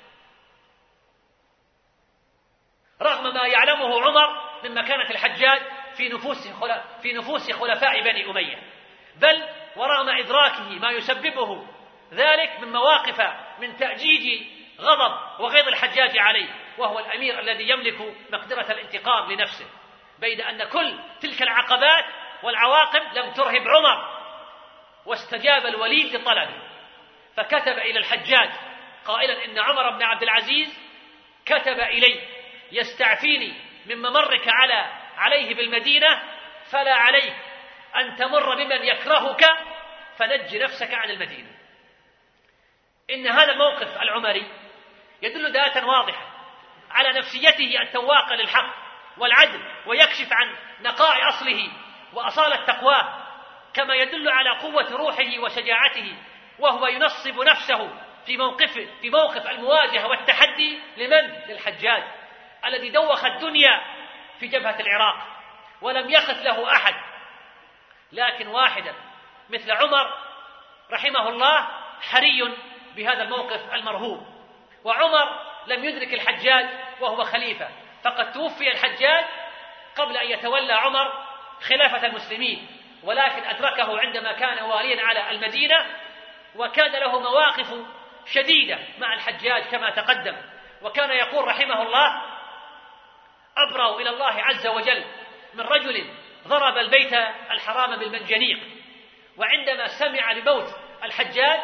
رغم ما يعلمه عمر من مكانة الحجاج في نفوس خلفاء بني أمية، بل ورغم إدراكه ما يسببه ذلك من مواقف من تأجيج غضب وغيظ الحجاج عليه، وهو الأمير الذي يملك مقدرة الانتقام لنفسه، بيد أن كل تلك العقبات والعواقب لم ترهب عمر، واستجاب الوليد لطلبه، فكتب إلى الحجاج قائلا: إن عمر بن عبد العزيز كتب إلي يستعفيني من ممرك عليه بالمدينة، فلا عليك أن تمر بمن يكرهك فنج نفسك عن المدينة. إن هذا الموقف العمري يدل دالة واضحة على نفسيته التواقة للحق والعدل، ويكشف عن نقاء أصله وأصالة تقواه، كما يدل على قوة روحه وشجاعته، وهو ينصب نفسه في موقف المواجهة والتحدي للحجاج الذي دوخ الدنيا في جبهة العراق ولم يخف له أحد، لكن واحدا مثل عمر رحمه الله حري بهذا الموقف المرهوب. وعمر لم يدرك الحجاج وهو خليفة، فقد توفي الحجاج قبل أن يتولى عمر خلافة المسلمين، ولكن أدركه عندما كان واليا على المدينة، وكان له مواقف شديدة مع الحجاج كما تقدم. وكان يقول رحمه الله: أبرأ إلى الله عز وجل من رجل ضرب البيت الحرام بالمنجنيق، وعندما سمع بموت الحجاج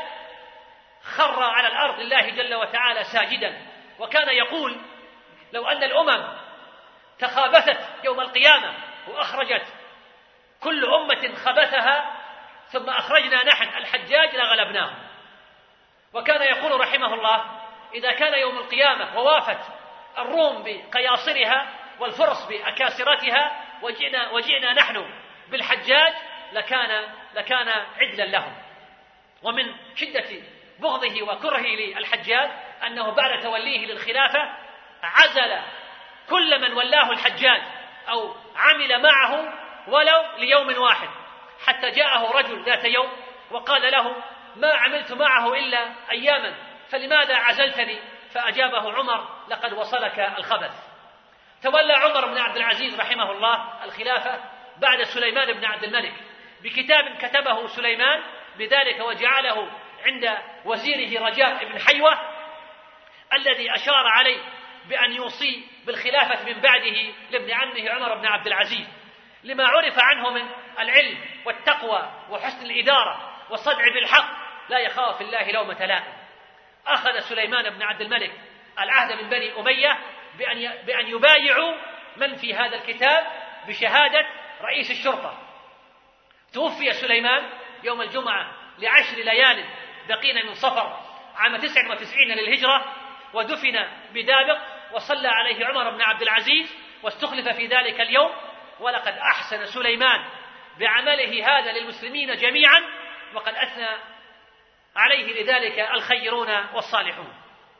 خر على الأرض لله جل وتعالى ساجدا. وكان يقول: لو أن الأمم تخابثت يوم القيامة وأخرجت كل أمة خبثها ثم أخرجنا نحن الحجاج لغلبناهم. وكان يقول رحمه الله: إذا كان يوم القيامة ووافت الروم بقياصرها والفرس بأكاسرتها وجئنا نحن بالحجاج لكان عدلا لهم. ومن شدة بغضه وكرهه للحجاج أنه بعد توليه للخلافة عزل كل من ولاه الحجاج أو عمل معه ولو ليوم واحد، حتى جاءه رجل ذات يوم وقال له: ما عملت معه إلا أياما فلماذا عزلتني؟ فأجابه عمر: لقد وصلك الخبث. تولى عمر بن عبد العزيز رحمه الله الخلافة بعد سليمان بن عبد الملك بكتاب كتبه سليمان بذلك وجعله عند وزيره رجاء بن حيوة، الذي أشار عليه بأن يوصي بالخلافة من بعده لابن عمه عمر بن عبد العزيز، لما عرف عنه من العلم والتقوى وحسن الإدارة والصدع بالحق، لا يخاف في الله لومة لائم. أخذ سليمان بن عبد الملك العهد من بني أمية بأن يبايعوا من في هذا الكتاب بشهادة رئيس الشرطة. توفي سليمان يوم الجمعة ل10 ليال بقين من صفر عام 99 للهجرة، ودفن بدابق، وصلى عليه عمر بن عبد العزيز واستخلف في ذلك اليوم. ولقد أحسن سليمان بعمله هذا للمسلمين جميعا، وقد أثنى عليه لذلك الخيرون والصالحون.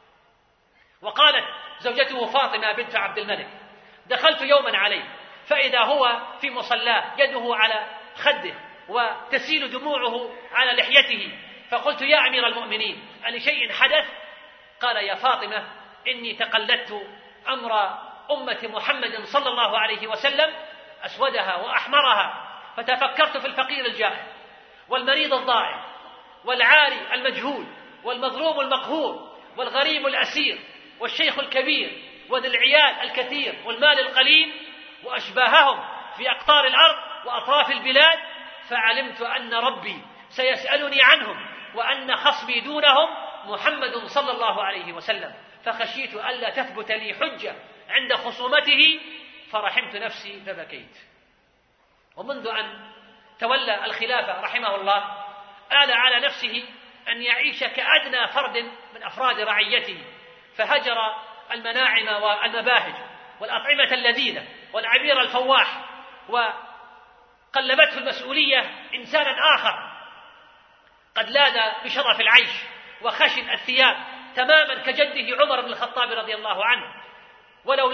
وقالت زوجته فاطمة بنت عبد الملك: دخلت يوما عليه فإذا هو في مصلاه يده على خده وتسيل دموعه على لحيته، فقلت: يا أمير المؤمنين، ألشيء حدث؟ قال: يا فاطمة، إني تقلدت أمر أمة محمد صلى الله عليه وسلم أسودها وأحمرها، فتفكرت في الفقير الجائع والمريض الضائع والعاري المجهول والمظلوم المقهور والغريب الأسير والشيخ الكبير وذي العيال الكثير والمال القليل وأشباههم في أقطار الأرض وأطراف البلاد، فعلمت أن ربي سيسألني عنهم وأن خصمي دونهم محمد صلى الله عليه وسلم، فخشيت ألا تثبت لي حجة عند خصومته فرحمت نفسي فبكيت. ومنذ أن تولى الخلافة رحمه الله آل على نفسه أن يعيش كأدنى فرد من أفراد رعيته، فهجر المناعم والمباهج والأطعمة اللذيذة والعبير الفواح، وقلبته المسؤولية إنسانا آخر قد لاذ بشرف العيش وخشن الثياب تماما كجده عمر بن الخطاب رضي الله عنه، ولو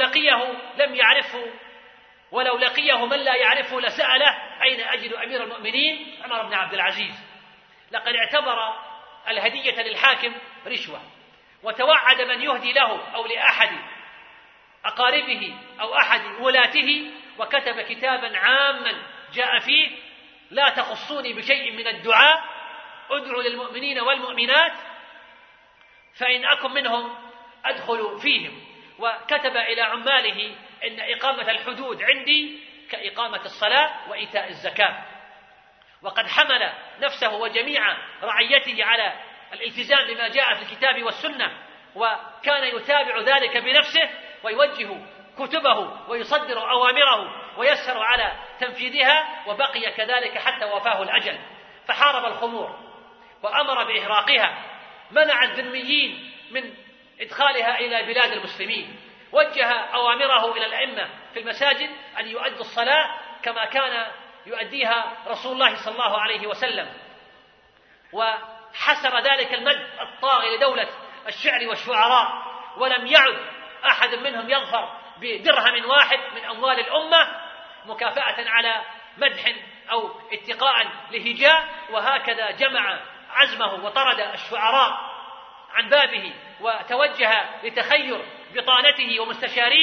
لقيه من لا يعرفه لسأله: أين أجد أمير المؤمنين عمر بن عبد العزيز؟ لقد اعتبر الهدية للحاكم رشوة، وتوعد من يهدي له أو لأحد أقاربه أو أحد ولاته، وكتب كتابا عاما جاء فيه: لا تخصوني بشيء من الدعاء، ادعوا للمؤمنين والمؤمنات فإن أكن منهم أدخل فيهم. وكتب إلى عماله: إن إقامة الحدود عندي كإقامة الصلاة وإيتاء الزكاة. وقد حمل نفسه وجميع رعيته على الالتزام بما جاء في الكتاب والسنة، وكان يتابع ذلك بنفسه ويوجه كتبه ويصدر أوامره ويسر على تنفيذها، وبقي كذلك حتى وفاه الأجل. فحارب الخمور وأمر بإهراقها، منع الذميين من إدخالها إلى بلاد المسلمين، وجه أوامره إلى الأئمة في المساجد أن يؤدوا الصلاة كما كان يؤديها رسول الله صلى الله عليه وسلم، وحسر ذلك المد الطاغي لدولة الشعر والشعراء، ولم يعد أحد منهم يظفر بدرهم واحد من أموال الأمة مكافأة على مدح أو اتقاء لهجاء. وهكذا جمع عزمه وطرد الشعراء عن بابه وتوجه لتخير بطانته ومستشاريه،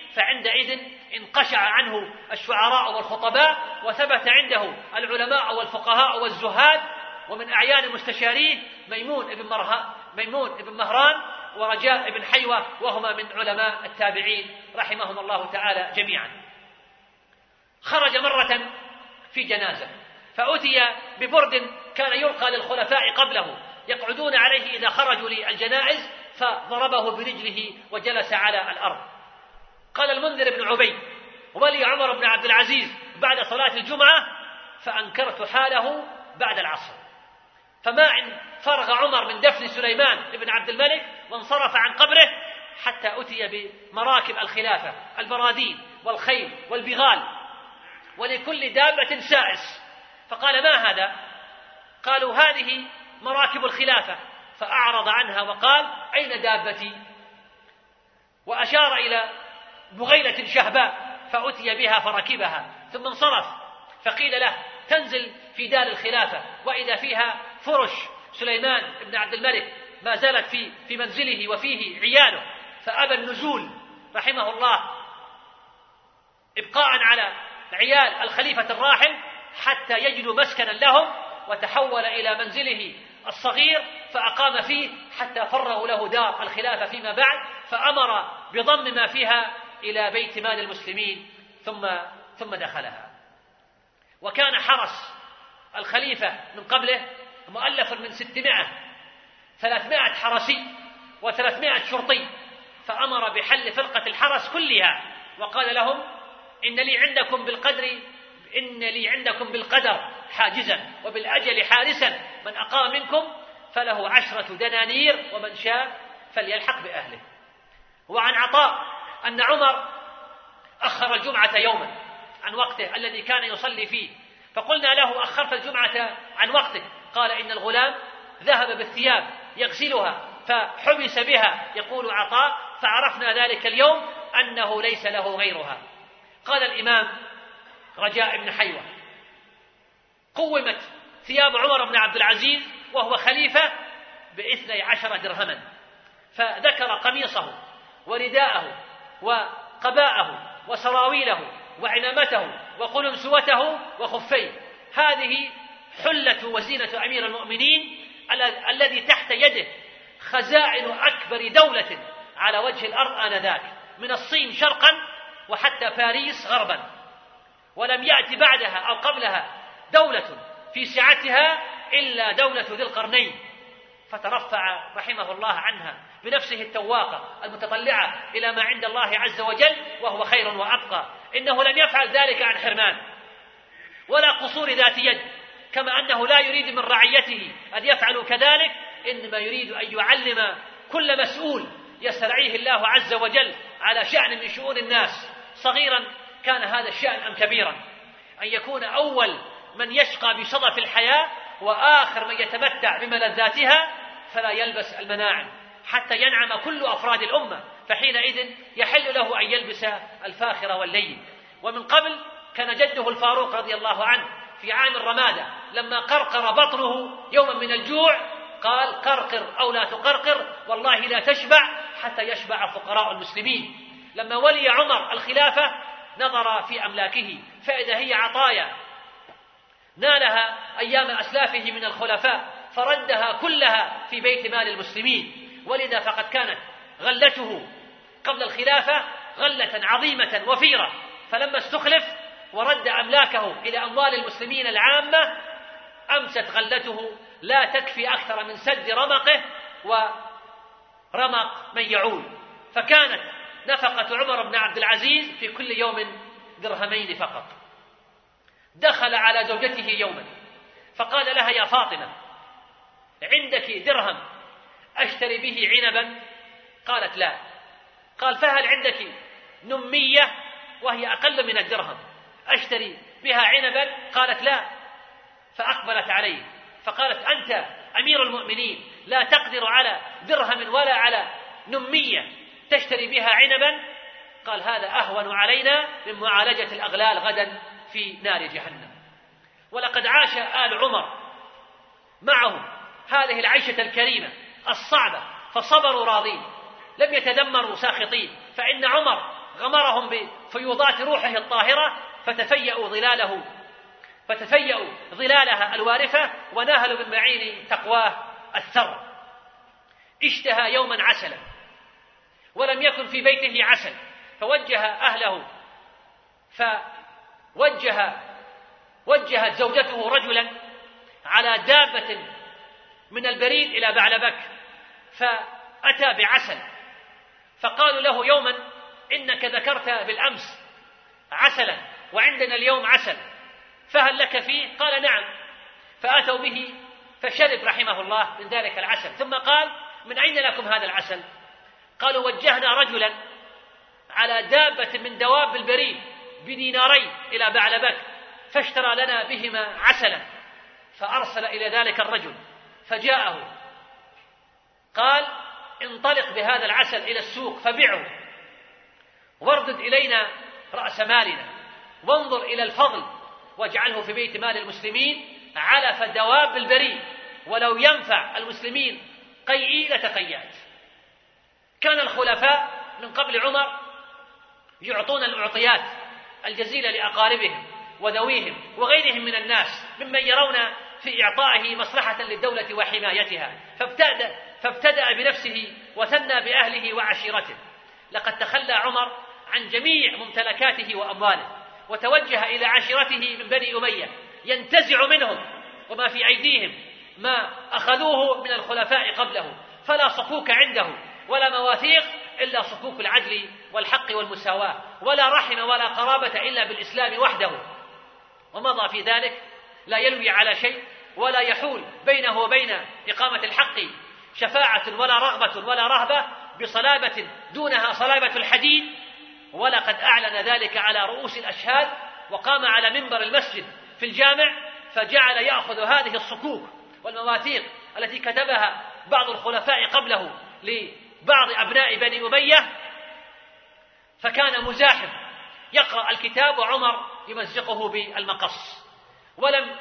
فعندئذ انقشع عنه الشعراء والخطباء، وثبت عنده العلماء والفقهاء والزهاد، ومن أعيان مستشاريه ميمون بن مهران ورجاء بن حيوة، وهما من علماء التابعين رحمهم الله تعالى جميعا. خرج مرة في جنازة، فأتي ببرد كان يلقى للخلفاء قبله يقعدون عليه إذا خرجوا للجنائز، فضربه برجله وجلس على الأرض. قال المنذر بن عبيد: ولي عمر بن عبد العزيز بعد صلاة الجمعة، فأنكرت حاله بعد العصر. فما إن فرغ عمر من دفن سليمان بن عبد الملك وانصرف عن قبره حتى أتي بمراكب الخلافة، البرادين والخيل والبغال، ولكل دابة سائس. فقال: ما هذا؟ قالوا: هذه مراكب الخلافة. فأعرض عنها وقال: أين دابتي؟ وأشار إلى بغيلة شهباء، فأتي بها فركبها، ثم انصرف. فقيل له: تنزل في دار الخلافة، وإذا فيها فرش سليمان بن عبد الملك ما زالت في منزله وفيه عياله، فأبى النزول رحمه الله إبقاء على عيال الخليفة الراحل حتى يجدوا مسكنا لهم، وتحول إلى منزله الصغير فأقام فيه حتى فرغوا له دار الخلافة فيما بعد، فأمر بضم ما فيها إلى بيت مال المسلمين ثم دخلها. وكان حرس الخليفة من قبله مؤلف من 300 حرسي و300 شرطي، فأمر بحل فرقة الحرس كلها، وقال لهم: إن لي عندكم بالقدر حاجزا وبالأجل حارسا، من أقام منكم فله 10 دنانير، ومن شاء فليلحق بأهله. وعن عطاء أن عمر أخر الجمعة يوما عن وقته الذي كان يصلي فيه، فقلنا له: أخرت الجمعة عن وقتك؟ قال: إن الغلام ذهب بالثياب يغسلها فحبس بها. يقول عطاء: فعرفنا ذلك اليوم أنه ليس له غيرها. قال الإمام رجاء بن حيوة: قومت ثياب عمر بن عبد العزيز وهو خليفة ب12 درهما، فذكر قميصه ورداءه وقباءه وسراويله وعمامته وقلنسوته وخفيه. هذه حلة وزينة أمير المؤمنين الذي تحت يده خزائن أكبر دولة على وجه الأرض آنذاك، من الصين شرقا وحتى باريس غربا، ولم يأتي بعدها أو قبلها دولة في سعتها إلا دولة ذي القرنين، فترفع رحمه الله عنها بنفسه التواقة المتطلعة إلى ما عند الله عز وجل، وهو خير وأبقى. إنه لم يفعل ذلك عن حرمان ولا قصور ذات يد، كما أنه لا يريد من رعيته أن يفعلوا كذلك، إنما يريد أن يعلم كل مسؤول يسترعيه الله عز وجل على شأن من شؤون الناس، صغيرا كان هذا الشأن أم كبيرا، أن يكون أول من يشقى بشظف الحياة وآخر من يتمتع بملذاتها، فلا يلبس المناعم حتى ينعم كل أفراد الأمة، فحينئذ يحل له أن يلبس الفاخر واللين. ومن قبل كان جده الفاروق رضي الله عنه في عام الرمادة لما قرقر بطنه يوما من الجوع قال: قرقر أو لا تقرقر، والله لا تشبع حتى يشبع فقراء المسلمين. لما ولي عمر الخلافة نظر في أملاكه فإذا هي عطايا نالها أيام أسلافه من الخلفاء، فردها كلها في بيت مال المسلمين. ولذا فقد كانت غلته قبل الخلافة غلة عظيمة وفيرة، فلما استخلف ورد أملاكه إلى أموال المسلمين العامة أمست غلته لا تكفي أكثر من سد رمقه ورمق من يعول. فكانت نفقة عمر بن عبد العزيز في كل يوم درهمين فقط. دخل على زوجته يوما فقال لها: يا فاطمة، عندك درهم أشتري به عنبا؟ قالت: لا. قال: فهل عندك نمية وهي أقل من الدرهم أشتري بها عنبا؟ قالت: لا. فأقبلت عليه فقالت: أنت أمير المؤمنين لا تقدر على درهم ولا على نمية تشتري بها عنبا؟ قال: هذا أهون علينا من معالجة الأغلال غدا في نار جهنم. ولقد عاش آل عمر معه هذه العيشة الكريمة الصعبة، فصبروا راضين، لم يتذمروا ساخطين، فإن عمر غمرهم بفيوضات روحه الطاهرة فتفيأوا ظلالها الوارفة وناهلوا من معين تقواه الثر. اشتهى يوما عسلا ولم يكن في بيته عسل، فوجه أهله، وجهت زوجته رجلا على دابة من البريد إلى بعلبك، فأتى بعسل، فقالوا له يوما إنك ذكرت بالأمس عسلا وعندنا اليوم عسل، فهل لك فيه؟ قال نعم. فأتوا به فشرب رحمه الله من ذلك العسل، ثم قال من أين لكم هذا العسل؟ قالوا وجهنا رجلا على دابة من دواب البريد بدينارين إلى بعلبك فاشترى لنا بهما عسلا، فأرسل إلى ذلك الرجل فجاءه قال انطلق بهذا العسل إلى السوق فبعه واردد إلينا رأس مالنا وانظر إلى الفضل واجعله في بيت مال المسلمين علف دواب البريد، ولو ينفع المسلمين قيئي لتقيأت. كان الخلفاء من قبل عمر يعطون الأعطيات الجزيلة لأقاربهم وذويهم وغيرهم من الناس ممن يرون في إعطائه مصلحة للدولة وحمايتها، فابتدأ بنفسه وثنى بأهله وعشيرته. لقد تخلى عمر عن جميع ممتلكاته وأمواله وتوجه إلى عشيرته من بني أمية ينتزع منهم وما في أيديهم ما أخذوه من الخلفاء قبله، فلا صكوك عنده ولا مواثيق إلا صكوك العدل والحق والمساواة، ولا رحم ولا قرابة إلا بالإسلام وحده، ومضى في ذلك لا يلوي على شيء ولا يحول بينه وبين إقامة الحق شفاعة ولا رغبة ولا رهبة بصلابة دونها صلابة الحديد. ولقد أعلن ذلك على رؤوس الأشهاد وقام على منبر المسجد في الجامع فجعل يأخذ هذه الصكوك والمواثيق التي كتبها بعض الخلفاء قبله لبعض أبناء بني أمية، فكان مزاحم يقرأ الكتاب وعمر يمزقه بالمقص. ولم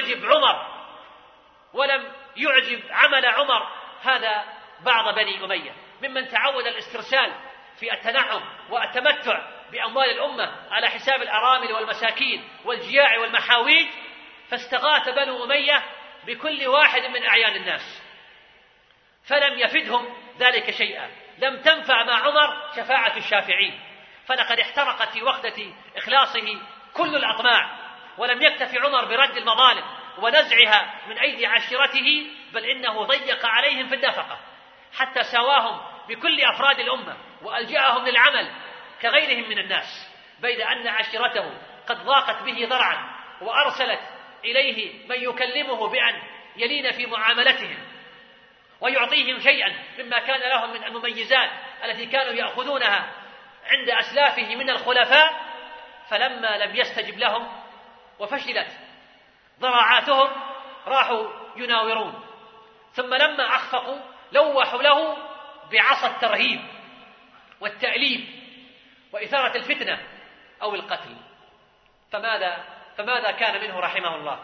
يعجب عمل عمر هذا بعض بني أمية ممن تعود الاسترسال في التنعم والتمتع بأموال الأمة على حساب الأرامل والمساكين والجياع والمحاويج، فاستغاث بنو أمية بكل واحد من أعيان الناس فلم يفدهم ذلك شيئا. لم تنفع مع عمر شفاعة الشافعين، فلقد احترقت في وقدة إخلاصه كل الأطماع، ولم يكتف عمر برد المظالم ونزعها من أيدي عشيرته، بل إنه ضيق عليهم في النفقة حتى سواهم بكل أفراد الأمة وألجأهم للعمل كغيرهم من الناس، بيد أن عشيرته قد ضاقت به ذرعا وأرسلت إليه من يكلمه بأن يلين في معاملتهم ويعطيهم شيئا مما كان لهم من المميزات التي كانوا يأخذونها عند أسلافه من الخلفاء. فلما لم يستجب لهم وفشلت ضراعاتهم راحوا يناورون، ثم لما أخفقوا لوحوا له بعصا الترهيب والتأليب وإثارة الفتنة أو القتل. فماذا كان منه رحمه الله؟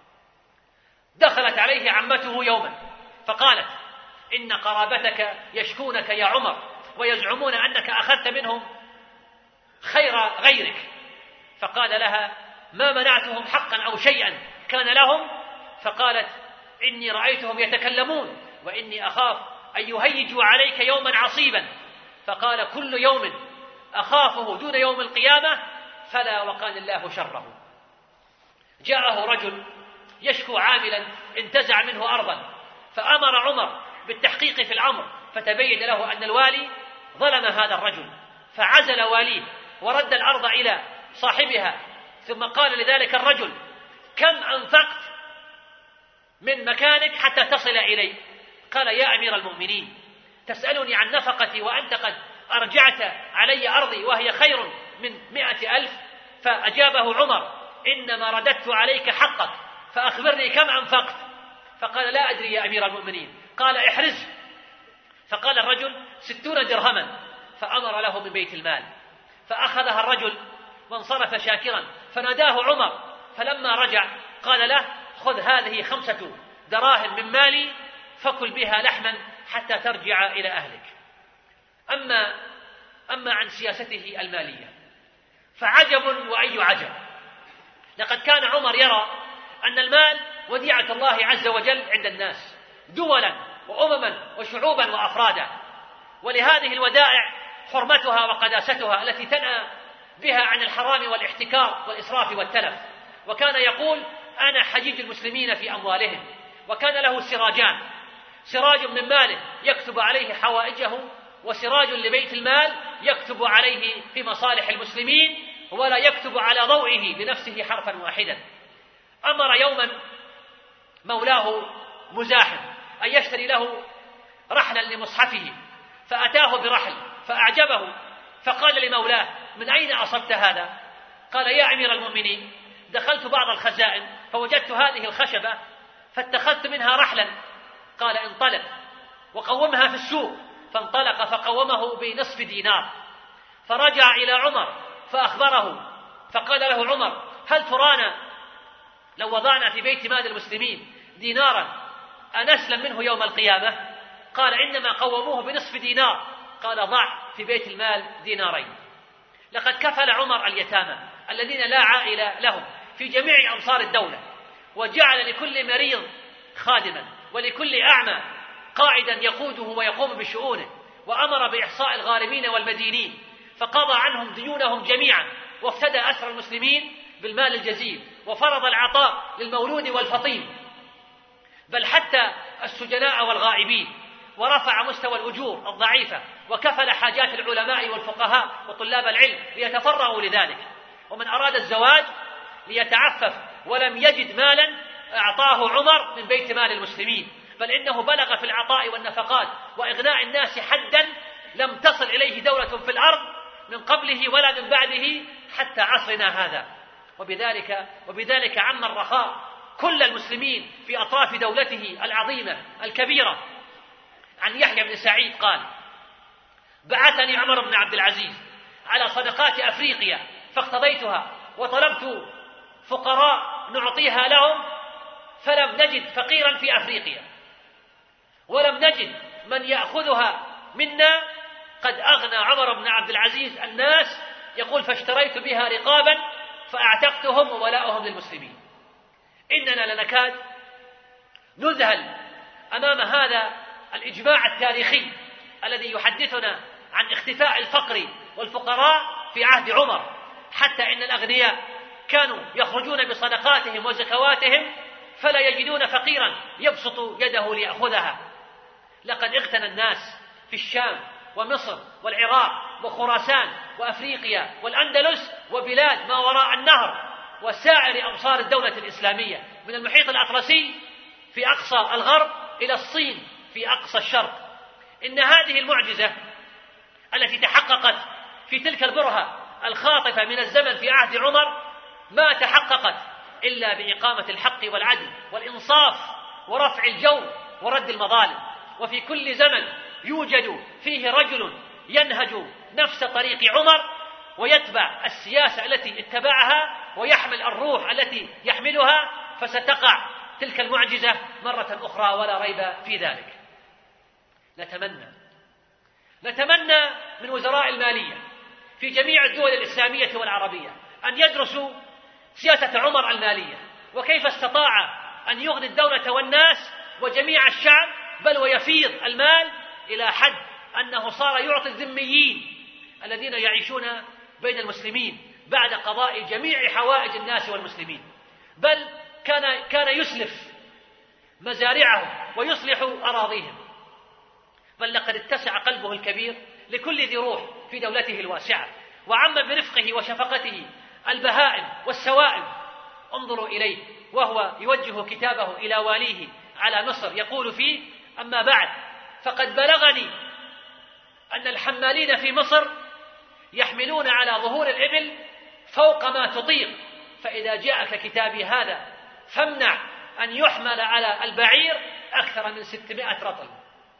دخلت عليه عمته يوما فقالت إن قرابتك يشكونك يا عمر ويزعمون أنك أخذت منهم خير غيرك. فقال لها ما منعتهم حقا أو شيئا كان لهم. فقالت إني رأيتهم يتكلمون وإني أخاف أن يهيجوا عليك يوما عصيبا. فقال كل يوم أخافه دون يوم القيامة فلا وقان الله شره. جاءه رجل يشكو عاملا انتزع منه أرضا، فأمر عمر بالتحقيق في الأمر، فتبين له أن الوالي ظلم هذا الرجل، فعزل واليه ورد الأرض إلى صاحبها، ثم قال لذلك الرجل كم أنفقت من مكانك حتى تصل إلي؟ قال يا أمير المؤمنين تسألني عن نفقتي وأنت قد أرجعت علي أرضي وهي خير من 100,000. فأجابه عمر إنما رددت عليك حقك فأخبرني كم أنفقت؟ فقال لا أدري يا أمير المؤمنين. قال احرز. فقال الرجل 60 درهما، فأمر له من بيت المال، فأخذها الرجل وانصرف شاكرا، فناداه عمر، فلما رجع قال له خذ هذه 5 دراهم من مالي فكل بها لحما حتى ترجع إلى أهلك. أما أما عن سياسته المالية فعجب وأي عجب. لقد كان عمر يرى أن المال وديعة الله عز وجل عند الناس دولا وأمما وشعوبا وأفرادا، ولهذه الودائع حرمتها وقداستها التي تنأى بها عن الحرام والاحتكار والإسراف والتلف. وكان يقول: أنا حجيج المسلمين في أموالهم. وكان له سراجان: سراج من ماله يكتب عليه حوائجه، وسراج لبيت المال يكتب عليه في مصالح المسلمين ولا يكتب على ضوئه بنفسه حرفا واحدا. أمر يوما مولاه مزاحم أن يشتري له رحلا لمصحفه، فأتاه برحل فأعجبه، فقال لمولاه: من أين أصبت هذا؟ قال: يا أمير المؤمنين، دخلت بعض الخزائن فوجدت هذه الخشبة فاتخذت منها رحلا. قال: انطلق وقومها في السوق. فانطلق فقومه بنصف دينار، فرجع إلى عمر فأخبره، فقال له عمر: هل ترانا لو وضعنا في بيت مال المسلمين دينارا أنسلم منه يوم القيامة؟ قال: إنما قوموه بنصف دينار. قال: ضع في بيت المال دينارين. لقد كفل عمر اليتامى الذين لا عائلة لهم في جميع أمصار الدولة، وجعل لكل مريض خادما ولكل أعمى قاعدا يقوده ويقوم بشؤونه، وأمر بإحصاء الغارمين والمدينين، فقضى عنهم ديونهم جميعا، وافتدى أسر المسلمين بالمال الجزيل، وفرض العطاء للمولود والفطيم، بل حتى السجناء والغائبين، ورفع مستوى الأجور الضعيفة، وكفل حاجات العلماء والفقهاء وطلاب العلم ليتفرغوا لذلك. ومن أراد الزواج ليتعفف ولم يجد مالا أعطاه عمر من بيت مال المسلمين، بل إنه بلغ في العطاء والنفقات وإغناء الناس حدا لم تصل إليه دولة في الأرض من قبله ولا من بعده حتى عصرنا هذا. وبذلك عم الرخاء كل المسلمين في أطراف دولته العظيمة الكبيرة. عن يحيى بن سعيد قال: بعثني عمر بن عبد العزيز على صدقات أفريقيا فاقتضيتها، وطلبت فقراء نعطيها لهم، فلم نجد فقيرا في أفريقيا، ولم نجد من يأخذها منا. قد أغنى عمر بن عبد العزيز الناس، يقول: فاشتريت بها رقابا فأعتقتهم وولاؤهم للمسلمين. إننا لنكاد نذهل أمام هذا الإجماع التاريخي الذي يحدثنا عن اختفاء الفقر والفقراء في عهد عمر، حتى إن الأغنياء كانوا يخرجون بصدقاتهم وزكواتهم فلا يجدون فقيرا يبسط يده ليأخذها. لقد اغتنى الناس في الشام ومصر والعراق وخراسان وأفريقيا والأندلس وبلاد ما وراء النهر وسائر أمصار الدولة الإسلامية، من المحيط الأطلسي في أقصى الغرب إلى الصين في أقصى الشرق. إن هذه المعجزة التي تحققت في تلك البرهة الخاطفة من الزمن في عهد عمر ما تحققت إلا بإقامة الحق والعدل والإنصاف ورفع الجور ورد المظالم. وفي كل زمن يوجد فيه رجل ينهج نفس طريق عمر ويتبع السياسة التي اتبعها ويحمل الروح التي يحملها، فستقع تلك المعجزة مرة أخرى ولا ريب في ذلك. نتمنى من وزراء المالية في جميع الدول الإسلامية والعربية أن يدرسوا سياسة عمر المالية، وكيف استطاع أن يغني الدولة والناس وجميع الشعب، بل ويفيض المال إلى حد أنه صار يعطي الذميين الذين يعيشون بين المسلمين بعد قضاء جميع حوائج الناس والمسلمين، بل كان يسلف مزارعهم ويصلح أراضيهم، بل لقد اتسع قلبه الكبير لكل ذي روح في دولته الواسعة، وعم برفقه وشفقته البهائم والسوائم. انظروا إليه وهو يوجه كتابه إلى واليه على مصر، يقول فيه: أما بعد، فقد بلغني أن الحمالين في مصر يحملون على ظهور الإبل فوق ما تطيق، فإذا جاءك كتابي هذا فامنع أن يحمل على البعير أكثر من 600 رطل.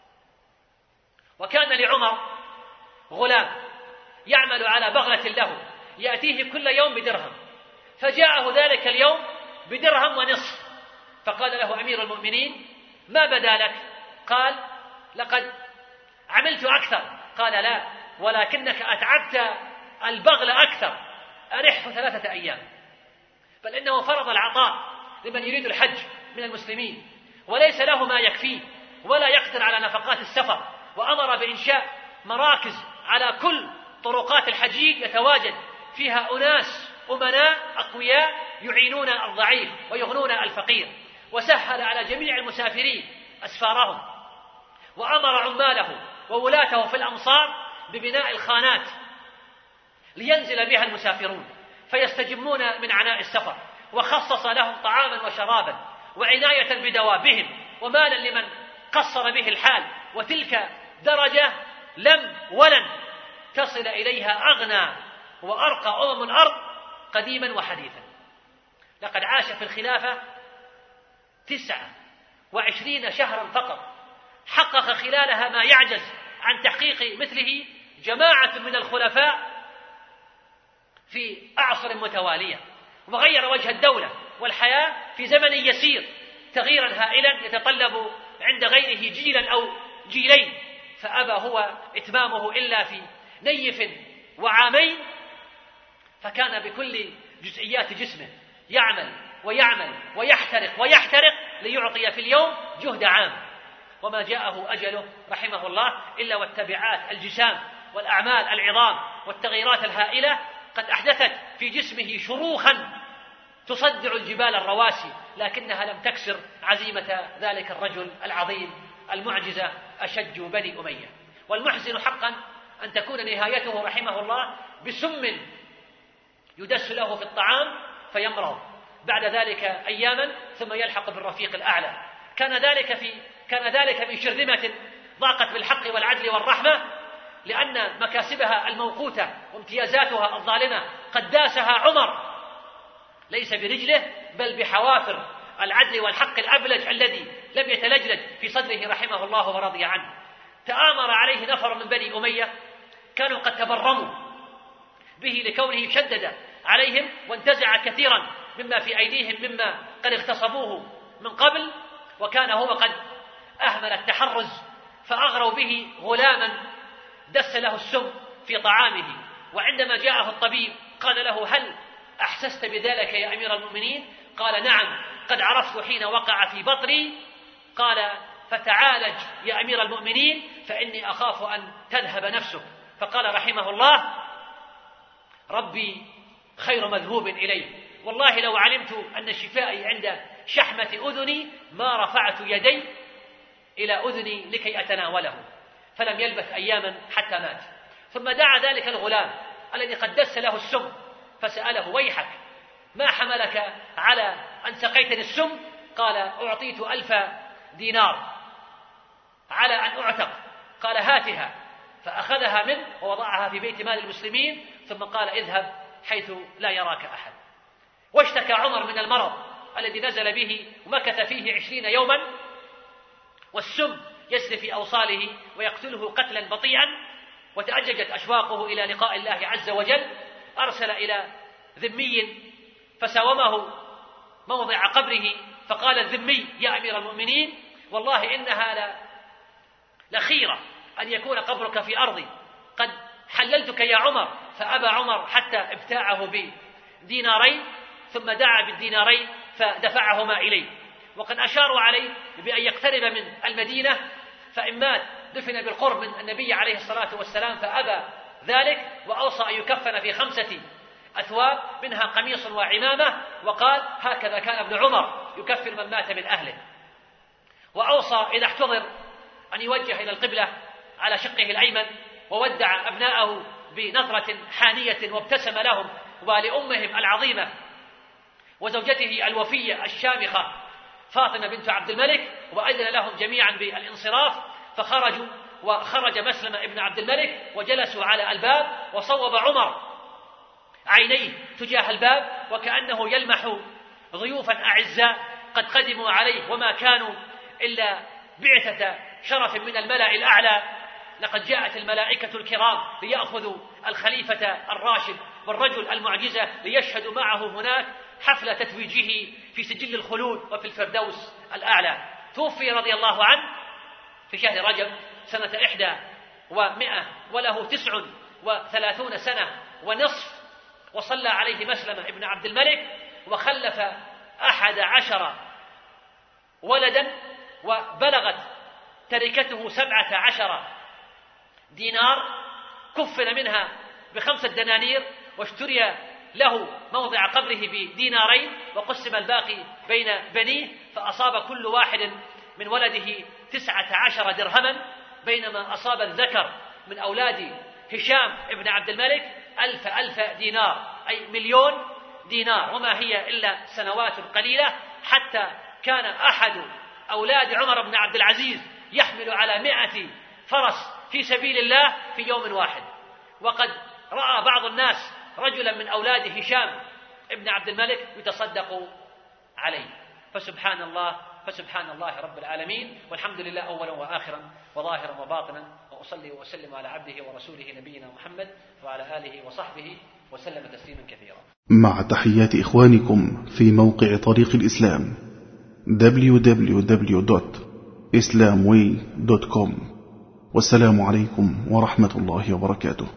وكان لعمر غلام يعمل على بغلة له يأتيه كل يوم بدرهم، فجاءه ذلك اليوم بدرهم ونصف، فقال له أمير المؤمنين: ما بدا لك؟ قال: لقد عملت أكثر. قال: لا، ولكنك أتعبت البغل أكثر، أرحه 3 أيام. بل إنه فرض العطاء لمن يريد الحج من المسلمين وليس له ما يكفيه ولا يقدر على نفقات السفر، وأمر بإنشاء مراكز على كل طرقات الحجيج يتواجد فيها أناس أمناء أقوياء يعينون الضعيف ويغنون الفقير، وسهل على جميع المسافرين أسفارهم، وأمر عماله وولاته في الأمصار ببناء الخانات لينزل بها المسافرون فيستجمون من عناء السفر، وخصص لهم طعاما وشرابا وعناية بدوابهم ومالا لمن قصر به الحال. وتلك درجة لم ولن تصل إليها أغنى وأرقى الأرض قديما وحديثا. لقد عاش في الخلافة 29 شهرا فقط، حقق خلالها ما يعجز عن تحقيق مثله جماعة من الخلفاء في أعصر متوالية، وغير وجه الدولة والحياة في زمن يسير تغييرا هائلا يتطلب عند غيره جيلا أو جيلين، فأبى هو إتمامه إلا في نيف وعامين، فكان بكل جزئيات جسمه يعمل ويعمل ويحترق ليعطي في اليوم جهد عام، وما جاءه أجله رحمه الله إلا والتبعات الجسام والأعمال العظام والتغييرات الهائلة قد أحدثت في جسمه شروخا تصدع الجبال الرواسي، لكنها لم تكسر عزيمة ذلك الرجل العظيم المعجزة أشج بني أمية. والمحزن حقا أن تكون نهايته رحمه الله بسم يدس له في الطعام فيمرض بعد ذلك أياما ثم يلحق بالرفيق الأعلى. كان ذلك من شرذمة ضاقت بالحق والعدل والرحمة، لأن مكاسبها الموقوتة وامتيازاتها الظالمة قد داسها عمر ليس برجله بل بحوافر العدل والحق الأبلج الذي لم يتلجلج في صدره رحمه الله ورضي عنه. تآمر عليه نفر من بني أمية كانوا قد تبرموا به لكونه شدد عليهم وانتزع كثيرا مما في أيديهم مما قد اغتصبوه من قبل، وكان هو قد أهمل التحرز، فأغروا به غلاما دس له السم في طعامه، وعندما جاءه الطبيب قال له: هل أحسست بذلك يا أمير المؤمنين؟ قال: نعم، قد عرفت حين وقع في بطني. قال: فتعالج يا أمير المؤمنين فإني أخاف أن تذهب نفسك. فقال رحمه الله: ربي خير مذهوب إليه، والله لو علمت أن شفائي عند شحمة أذني ما رفعت يدي إلى أذني لكي أتناوله. فلم يلبث أياما حتى مات. ثم دعا ذلك الغلام الذي قد دس له السم فسأله: ويحك، ما حملك على أن سقيتني السم؟ قال: أعطيت 1000 دينار على أن أعتق. قال: هاتها. فأخذها منه ووضعها في بيت مال المسلمين، ثم قال: اذهب حيث لا يراك أحد. واشتكى عمر من المرض الذي نزل به ومكث فيه 20 يوما، والسم يسري في أوصاله ويقتله قتلا بطيئا، وتأججت أشواقه إلى لقاء الله عز وجل. أرسل إلى ذمي فساومه موضع قبره، فقال الذمي: يا أمير المؤمنين، والله إنها لخيرة أن يكون قبرك في أرضي، قد حللتك يا عمر. فأبى عمر حتى ابتاعه بدينارين، ثم دعا بالدينارين فدفعهما إليه. وقد أشاروا عليه بأن يقترب من المدينة، فإن مات دفن بالقرب من النبي عليه الصلاة والسلام، فأبى ذلك، وأوصى أن يكفن في 5 أثواب منها قميص وعمامة، وقال: هكذا كان ابن عمر يكفن من مات من أهله. وأوصى إذا احتضر أن يوجه إلى القبلة على شقه الأيمن، وودع أبناءه بنظرة حانية وابتسم لهم ولأمهم العظيمة وزوجته الوفية الشامخة فاطمة بنت عبد الملك، وأذن لهم جميعا بالانصراف. فخرجوا، وخرج مسلم ابن عبد الملك وجلسوا على الباب، وصوب عمر عينيه تجاه الباب وكأنه يلمح ضيوفا أعزاء قد قدموا عليه وما كانوا إلا بعثة شرف من الملأ الأعلى. لقد جاءت الملائكة الكرام ليأخذوا الخليفة الراشد والرجل المعجزة ليشهدوا معه هناك حفل تتويجه في سجل الخلود وفي الفردوس الأعلى. توفي رضي الله عنه في شهر رجب سنة وله 39 سنة ونصف، وصلى عليه مسلمة ابن عبد الملك، وخلف 11 ولدا، وبلغت تركته 17 دينار، كفن منها ب5 دنانير، واشتري له موضع قبره ب2 وقسم الباقي بين بنيه، فأصاب كل واحد من ولده 19 درهما، بينما أصاب الذكر من أولاد هشام ابن عبد الملك 1000 دينار، أي 1,000,000 دينار، وما هي إلا سنوات قليلة حتى كان أحد أولاد عمر بن عبد العزيز يحمل على 100 فرس في سبيل الله في يوم واحد. وقد رأى بعض الناس رجلا من أولاد هشام ابن عبد الملك يتصدق عليه. فسبحان الله رب العالمين، والحمد لله أولا وآخرا وظاهرا وباطنا، وأصلي وأسلم على عبده ورسوله نبينا محمد وعلى آله وصحبه وسلم تسليما كثيرا. مع تحيات إخوانكم في موقع طريق الإسلام www.islamway.com، والسلام عليكم ورحمة الله وبركاته.